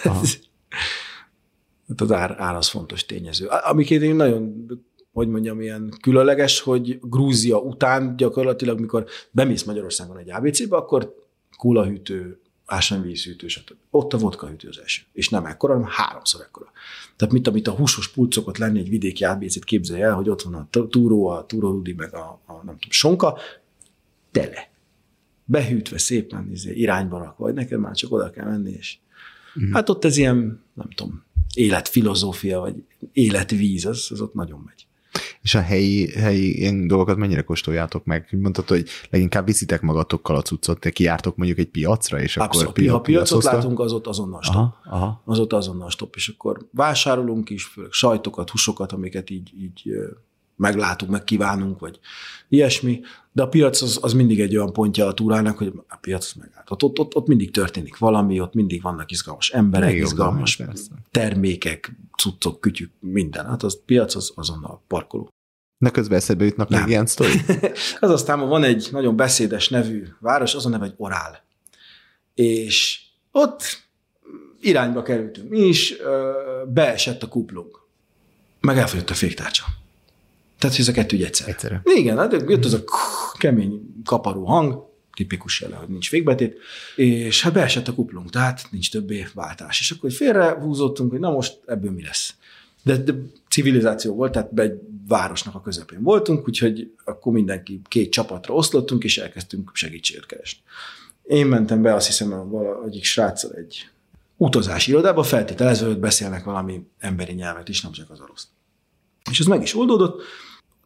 Hát az ár az fontos tényező. Amiket én nagyon... hogy mondjam, ilyen különleges, hogy Grúzia után gyakorlatilag, mikor bemész Magyarországon egy ABC-be, akkor kólahűtő, ásványvízhűtő, stb. Ott a vodkahűtő az első. És nem ekkora, hanem 3-szor ekkora. Tehát amit a húsos pult szokott lenni egy vidéki ABC-t, képzelj el, hogy ott van a túrórudi, meg a nem tudom, sonka, tele. Behűtve szépen irányba rakva, vagy neked már csak oda kell menni, és hát ott ez ilyen, nem tudom, életfilozófia, vagy életvíz, az ott nagyon megy.
És a helyi ilyen dolgokat mennyire kóstoljátok meg? Mondtad, hogy leginkább viszitek magatokkal a cuccot, te kijártok mondjuk egy piacra, és
abszolút,
akkor
ha piacot látunk, az ott azonnal stop. Az ott azonnal stop, és akkor vásárolunk is, főleg sajtokat, húsokat, amiket így meglátunk, megkívánunk, vagy ilyesmi, de a piac az mindig egy olyan pontja a túrának, hogy a piac megállt. Ott mindig történik valami, ott mindig vannak izgalmas emberek, izgalmas termékek, cuccok, kütyük, minden. Hát az piac az azonnal parkoló.
Na közben eszedbe jutnak még ilyen sztori?
Kazahsztánban van egy nagyon beszédes nevű város, az a neve, hogy Orál. És ott irányba kerültünk mi is, beesett a kuplunk. Meg elfogyott a féktárcsa. Tehát, hogy ez a kettő így egyszerre. Igen, hát jött az a kemény, kaparó hang, tipikus jele, hogy nincs fékbetét, és hát beesett a kuplunk, tehát nincs többé váltás. És akkor félrehúzottunk, hogy na most ebből mi lesz. De civilizáció volt, tehát egy városnak a közepén voltunk, úgyhogy akkor mindenki 2 csapatra oszlottunk, és elkezdtünk segítséget keresni. Én mentem be, azt hiszem, egyik sráccal egy utazási irodába, feltételezve, hogy beszélnek valami emberi nyelvet is, nem csak az oroszt. És ez meg is oldódott.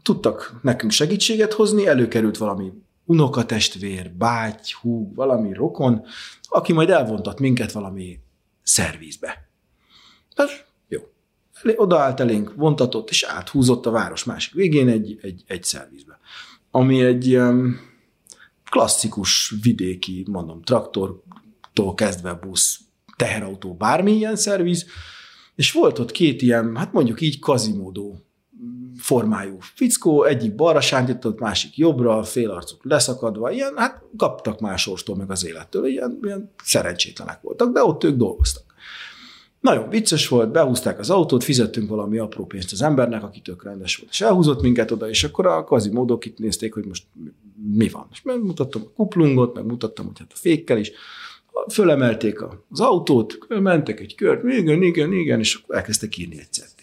tudtak nekünk segítséget hozni, előkerült valami unokatestvér, báty, húg, valami rokon, aki majd elvontat minket valami szervízbe. Hát, jó. Odaállt elénk, vontatott, és áthúzott a város másik végén egy szervízbe. Ami egy klasszikus vidéki, mondom, traktortól kezdve busz, teherautó, bármilyen szervíz, és volt ott két ilyen, hát mondjuk így Quasimodo formájú fickó, egyik balra sántított, másik jobbra, félarcuk leszakadva, ilyen, hát kaptak már sorstól meg az élettől, ilyen szerencsétlenek voltak, de ott ők dolgoztak. Nagyon vicces volt, behúzták az autót, fizettünk valami apró pénzt az embernek, aki tök rendes volt, és elhúzott minket oda, és akkor a Quasimodók itt nézték, hogy most mi van. És megmutattam a kuplungot, megmutattam, hogy hát a fékkel is, fölemelték az autót, mentek egy kört, igen, és akkor elkezdtek írni egy cettit.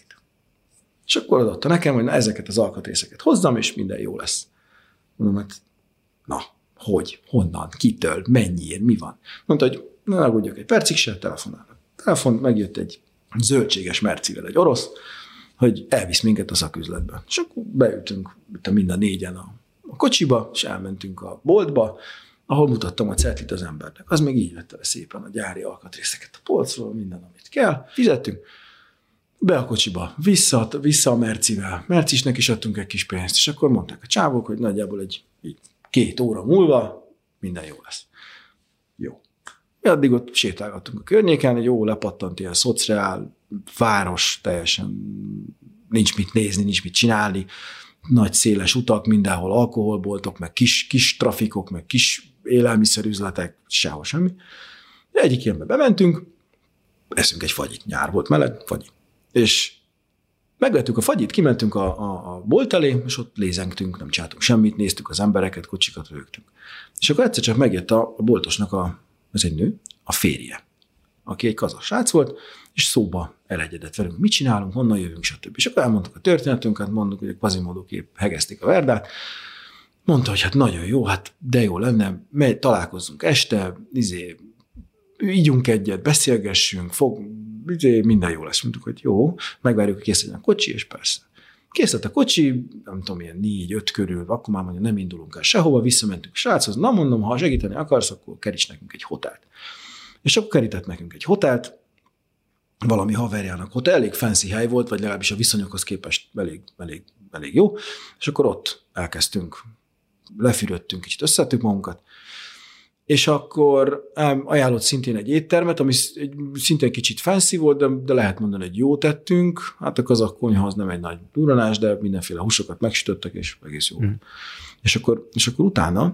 És akkor adatta nekem, hogy na, ezeket az alkatrészeket hozzam, és minden jó lesz. Mondom, hát na, hogy, honnan, kitől, mennyiért, mi van? Mondta, hogy ne aggódjak egy percig se, telefonálnak. Telefon, megjött egy zöldséges mercivel egy orosz, hogy elvisz minket a szaküzletbe. És akkor beültünk minden négyen a kocsiba, és elmentünk a boltba, ahol mutattam a cetlit az embernek. Az meg így vette le szépen a gyári alkatrészeket a polcról, minden, amit kell. Fizettünk, be a kocsiba, vissza a mercivel. Mercisnek is adtunk egy kis pénzt, és akkor mondták a csávok, hogy nagyjából egy 2 óra múlva minden jó lesz. Jó. Mi addig ott sétálgattunk a környéken, egy jó lepattant ilyen szociál város, teljesen nincs mit nézni, nincs mit csinálni, nagy széles utak, mindenhol alkoholboltok, meg kis trafikok, meg kis élelmiszerüzletek, sehol semmi. De egyik ilyenbe bementünk, eszünk egy fagyit, nyár volt, meleg, fagyi. És megvettük a fagyit, kimentünk a bolt elé, és ott lézengtünk, nem csináltunk semmit, néztük az embereket, kocsikat rögtünk. És akkor egyszer csak megjött a boltosnak ez egy nő, a férje, aki egy kazah srác volt, és szóba elegyedett velünk, mit csinálunk, honnan jövünk, stb. És akkor elmondtuk a történetünket, mondtuk, hogy a Quasimodók épp hegezték a verdát, mondta, hogy hát nagyon jó, hát de jó lenne, találkozzunk este, ígyunk egyet, beszélgessünk, minden jó lesz. Mondtuk, hogy jó, megvárjuk, hogy kész legyen a kocsi, és persze. Kész lett a kocsi, nem tudom, ilyen 4-5 körül, akkor már mondja, nem indulunk el sehova, visszamentünk a sráchoz, na mondom, ha segíteni akarsz, akkor keríts nekünk egy hotelt. És akkor kerített nekünk egy hotelt, valami haverjának hotel, elég fancy hely volt, vagy legalábbis a viszonyokhoz képest elég jó, és akkor ott elkezdtünk, lefürödtünk, kicsit összettük magunkat, és akkor ajánlott szintén egy éttermet, ami szintén kicsit fancy volt, de lehet mondani, hogy jó tettünk. Hát a kazakh konyha az nem egy nagy duranás, de mindenféle húsokat megsütöttek, és egész jó. És akkor utána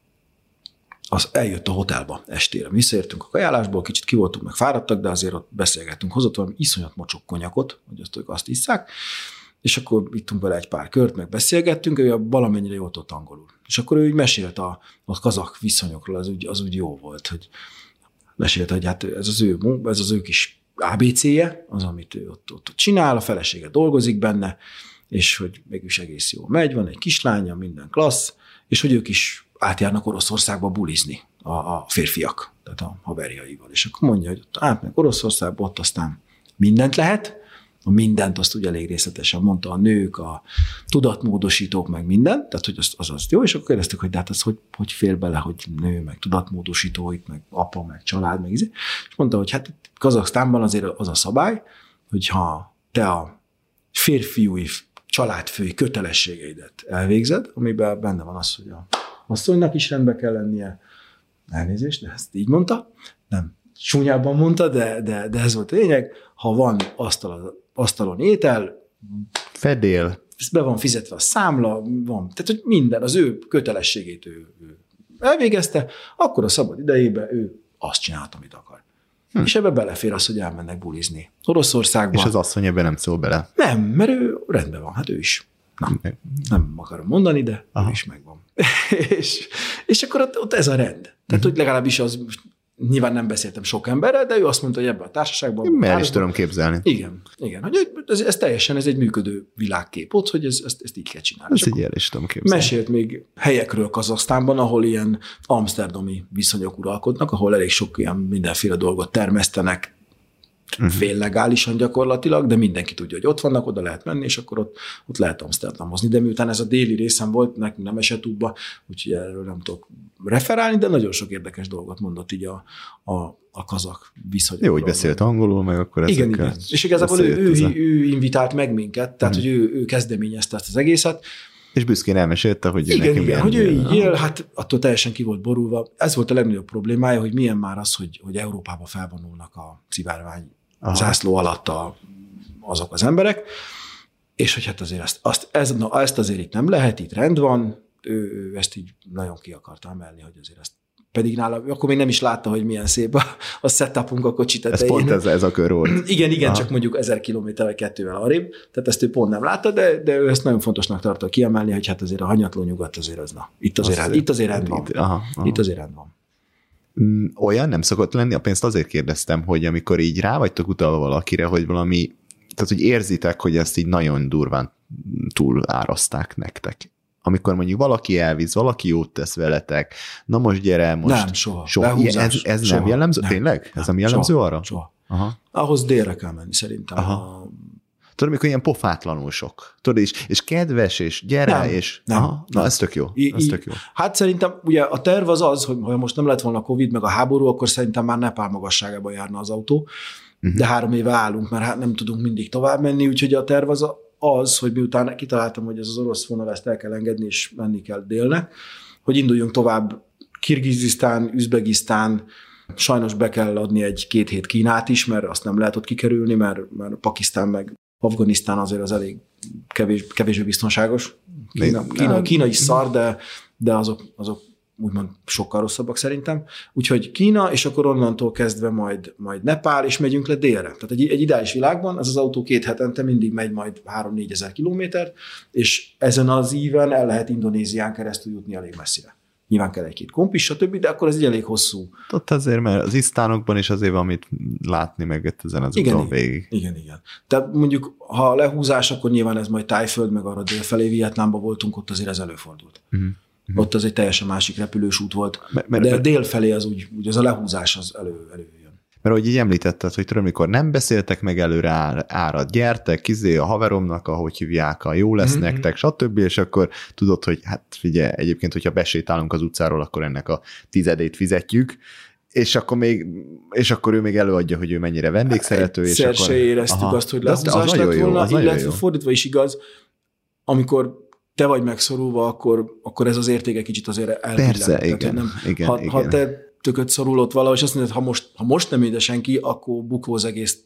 eljött a hotelba estére. Mi visszaértünk a kajálásból, kicsit ki voltunk, meg fáradtak, de azért ott beszélgettünk, hozott valami iszonyat mocsok konyakot, hogy azt isszák, és akkor ittunk vele egy pár kört, meg beszélgettünk, ő valamennyire jól tudott angolul. És akkor ő így mesélt a kazakh viszonyokról, az úgy jó volt, hogy mesélt, hogy hát ez az ő kis ABC-je, az, amit ő ott csinál, a felesége dolgozik benne, és hogy mégis egész jól megy, van egy kislánya, minden klassz, és hogy ők is átjárnak Oroszországba bulizni, a férfiak, tehát a haverjaival. És akkor mondja, hogy ott átmennek Oroszországba, ott aztán mindent lehet, a mindent azt ugye elég részletesen mondta, a nők, a tudatmódosítók, meg minden, tehát hogy az jó, és akkor kérdeztük, hogy de hát az hogy fér bele, hogy nő, meg tudatmódosítóik, meg apa, meg család, meg és mondta, hogy hát Kazaksztánban azért az a szabály, hogyha te a férfiúi családfői kötelességeidet elvégzed, amiben benne van az, hogy a asszonynak is rendbe kell lennie, elnézést, de ezt így mondta, nem csúnyában mondta, de ez volt a lényeg, ha van asztalon étel,
fedél,
be van fizetve a számla, van, tehát hogy minden, az ő kötelességét ő elvégezte, akkor a szabad idejében ő azt csinált, amit akar. És ebbe belefér az, hogy elmennek bulizni Oroszországba.
És az asszony ebben nem szól bele.
Nem, mert ő rendben van, hát ő is. Nem akarom mondani, de ő is megvan. és akkor ott ez a rend. Tehát, hogy legalábbis az, nyilván nem beszéltem sok emberrel, de ő azt mondta, hogy ebben a társaságban...
Én el is tudom képzelni.
Igen. Hogy ez teljesen ez egy működő világkép ott, hogy ezt így kell csinálni.
Ezt így el is tudom képzelni.
Mesélt még helyekről Kazaksztánban, ahol ilyen amszterdami viszonyok uralkodnak, ahol elég sok ilyen mindenféle dolgot termesztenek, fél legálisan gyakorlatilag, de mindenki tudja, hogy ott vannak, oda lehet menni, és akkor ott lehet Amsterdamozni. De miután ez a déli részem volt, nekünk nem esett útba, úgyhogy erről nem tudok referálni, de nagyon sok érdekes dolgot mondott így a kazak viszonyokról.
Jó, hogy beszélt angolul, meg akkor ezekkel.
Igen. És igazából ő invitált meg minket, tehát hogy ő kezdeményezte ezt az egészet.
És büszkén elmesélte, hogy
igen, hogy ő így él, hát attól teljesen ki volt borulva. Ez volt a legnagyobb problémája, hogy milyen már az, hogy Európába felvonulnak a szivárvány zászló alatt azok az emberek, és hogy hát azért ezt azért itt nem lehet, itt rend van, ő ezt így nagyon ki akarta emelni, hogy azért ezt pedig nála, akkor még nem is látta, hogy milyen szép a setupunk a kocsi tetején.
Ez pont ez a kör volt.
Igen, csak mondjuk 1000 kilométer vagy 2-vel arrébb, tehát ezt ő pont nem látta, de ő ezt nagyon fontosnak tartta kiemelni, hogy hát azért a hanyatló nyugat azért az, itt azért rend van. Itt azért rend van.
Olyan nem szokott lenni, a pénzt azért kérdeztem, hogy amikor így rá vagytok utalva valakire, hogy valami, tehát hogy érzitek, hogy ezt így nagyon durván túl áraszták nektek. Amikor mondjuk valaki elvisz, valaki jót tesz veletek, na most gyere, most...
Nem, soha.
Ez soha. Nem jellemző? Nem. Tényleg? Nem. Ez nem jellemző arra?
Soha. Aha. Ahhoz délre kell menni szerintem.
Tudod, amikor ilyen pofátlanul sok. Tudod, és kedves, és gyere,
nem,
és...
Nem.
Na, ez tök jó.
Hát szerintem ugye a terv az, hogy ha most nem lett volna Covid meg a háború, akkor szerintem már Nepál magasságában járna az autó. De 3 éve állunk, mert hát nem tudunk mindig tovább menni, úgyhogy a terv az, hogy miután kitaláltam, hogy ez az orosz vonal, ezt el kell engedni, és menni kell délnek, hogy induljunk tovább Kirgizisztán, Üzbegisztán, sajnos be kell adni 1-2 hét Kínát is, mert azt nem lehet ott kikerülni, mert Pakisztán meg Afganisztán azért az elég kevésbé biztonságos. Kína is szar, de azok úgymond sokkal rosszabbak szerintem. Úgyhogy Kína, és akkor onnantól kezdve majd Nepál, és megyünk le délre. Tehát egy ideális világban ez az autó 2 hetente mindig megy majd 3-4 ezer kilométert, és ezen az íven el lehet Indonézián keresztül jutni elég messzire. Nyilván kell 1-2 kompis, stb., de akkor ez egy elég hosszú.
Ott azért, mert az isztánokban is azért van mit látni meg ezen az úton végig.
Igen. Tehát mondjuk, ha lehúzás, akkor nyilván ez majd Tájföld, meg arra délfelé, Vietnámban voltunk, ott azért ez előfordult. Ott az egy teljesen másik repülős út volt, de délfelé az úgy az a lehúzás az előjön.
Mert ahogy így említetted, hogy tudom, amikor nem beszéltek meg előre árat, gyertek, a haveromnak, ahogy hívják, jó lesz nektek, stb., és akkor tudod, hogy hát figyelj, egyébként, hogyha besétálunk az utcáról, akkor ennek a 10-ét fizetjük, és akkor ő még előadja, hogy ő mennyire vendégszerető.
Egyszer és akkor... se éreztük azt, hogy lehúzás lett volna, illetve fordítva is igaz, amikor te vagy megszorulva, akkor ez az értéke kicsit azért elbillen.
Persze, igen.
Ha te tököt szorul ott valahogy, és azt mondod, ha most nem ide senki, akkor bukó az egész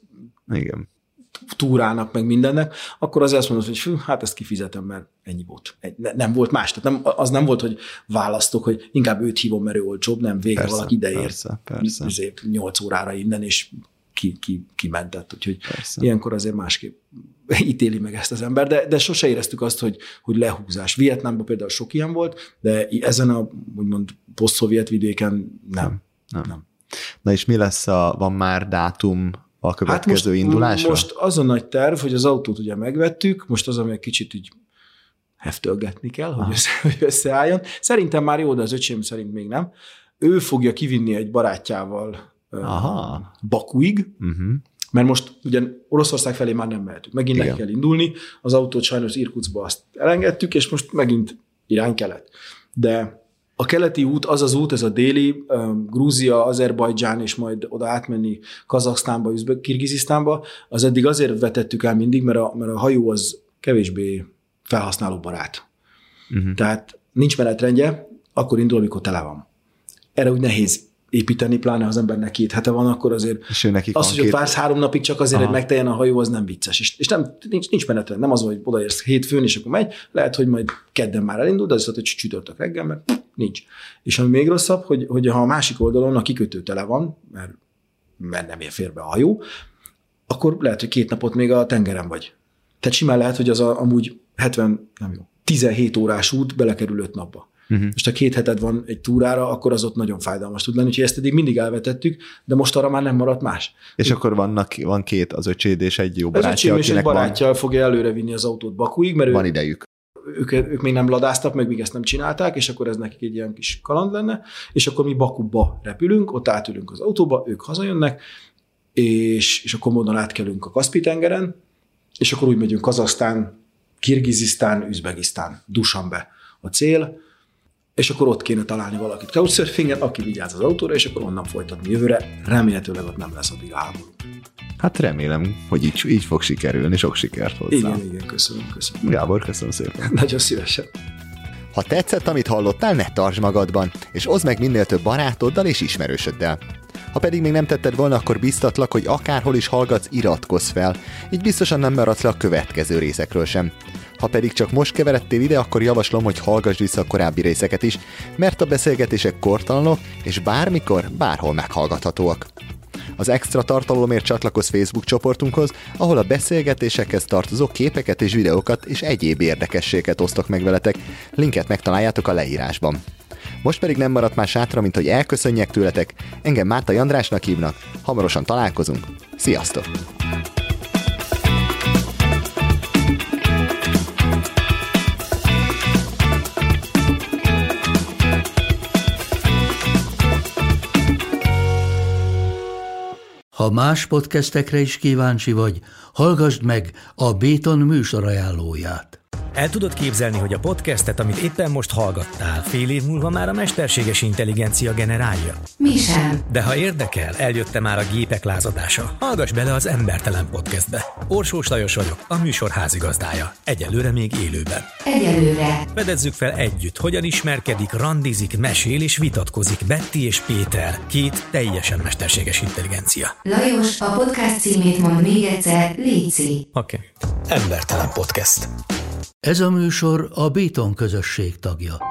túrának, meg mindennek, akkor azért azt mondod, hogy hát ezt kifizetem, mert ennyi volt. Nem volt más. Tehát az nem volt, hogy választok, hogy inkább őt hívom, mert ő olcsóbb, nem végre valaki ideért. Persze. 8 órára innen, és kimentett. Úgyhogy ilyenkor azért másképp ítéli meg ezt az ember, de sose éreztük azt, hogy lehúzás. Vietnámban például sok ilyen volt, de ezen a úgymond poszt-szovjet vidéken nem.
Na és mi lesz, van már dátum a következő indulásra?
Most az a nagy terv, hogy az autót ugye megvettük, most az, ami egy kicsit így heftölgetni kell, hogy összeálljon. Szerintem már jó, de az öcsém szerint még nem. Ő fogja kivinni egy barátjával Bakuig, mert most ugyan Oroszország felé már nem mehetünk. Megint meg kell indulni, az autót sajnos Irkutskba azt elengedtük, és most megint irány kelet. De a keleti út, az az út, ez a déli, Grúzia, Azerbajdzsán, és majd oda átmenni Kazaksztánba, Kirgizisztánba, az eddig azért vetettük el mindig, mert a hajó az kevésbé felhasználóbarát. Tehát nincs menetrendje, akkor indul, amikor tele van. Erre úgy nehéz építeni, pláne ha az embernek 2 hete van, akkor azért az, hogy ott vársz 3 napig csak azért, hogy megteljen a hajó, az nem vicces. És nincs menetrend. Nem az, hogy odaérsz hétfőn, és akkor megy, lehet, hogy majd kedden már elindul, de az hogy csütörtök reggel, mert nincs. És ami még rosszabb, hogy ha a másik oldalon a kikötő tele van, mert nem ér férbe a hajó, akkor lehet, hogy 2 napot még a tengeren vagy. Tehát simán lehet, hogy az amúgy 17 órás út belekerül 5 napba. Most ha 2 heted van egy túrára, akkor az ott nagyon fájdalmas tud lenni, úgyhogy ezt eddig mindig elvetettük, de most arra már nem maradt más.
És akkor van 2, az öcséd és egy jó barátja,
az öcsém és egy barátja fogja előre vinni az autót Bakuig, mert
van idejük.
Ők még nem ladáztak, meg még ezt nem csinálták, és akkor ez nekik egy ilyen kis kaland lenne, és akkor mi Bakuba repülünk, ott átülünk az autóba, ők hazajönnek, és akkor módon átkelünk a Kaszpi-tengeren, és akkor úgy megyünk Kazahsztán, Kirgizisztán, Üzbegisztán, Dusanbe a cél, és akkor ott kéne találni valakit couchsurfingen, aki vigyáz az autóra, és akkor onnan folytatni jövőre. Remélhetőleg ott nem lesz addig háború.
Hát remélem, hogy így fog sikerülni, sok sikert hozzá.
Igen, köszönöm.
Gábor, köszönöm szépen.
Nagyon szívesen.
Ha tetszett, amit hallottál, ne tartsd magadban, és oszd meg minél több barátoddal és ismerősöddel. Ha pedig még nem tetted volna, akkor biztatlak, hogy akárhol is hallgatsz, iratkozz fel, így biztosan nem maradsz le a következő részekről sem. Ha pedig csak most keveredtél ide, akkor javaslom, hogy hallgassd vissza a korábbi részeket is, mert a beszélgetések kortalanok, és bármikor, bárhol meghallgathatóak. Az extra tartalomért csatlakozz Facebook csoportunkhoz, ahol a beszélgetésekhez tartozó képeket és videókat és egyéb érdekességeket osztok meg veletek, linket megtaláljátok a leírásban. Most pedig nem maradt más hátra, mint hogy elköszönjek tőletek, engem Mártai Andrásnak hívnak, hamarosan találkozunk, sziasztok!
Ha más podcastekre is kíváncsi vagy, hallgassd meg a Béton műsor ajánlóját.
El tudod képzelni, hogy a podcastet, amit éppen most hallgattál, fél év múlva már a mesterséges intelligencia generálja?
Mi sem.
De ha érdekel, eljött már a gépek lázadása. Hallgass bele az Embertelen Podcastbe. Orsós Lajos vagyok, a műsor házigazdája. Egyelőre még élőben.
Egyelőre.
Fedezzük fel együtt, hogyan ismerkedik, randizik, mesél és vitatkozik Betty és Péter, két teljesen mesterséges intelligencia.
Lajos, a podcast címét mond még egyszer, léci.
Oké. Embertelen Podcast.
Ez a műsor a Béton közösség tagja.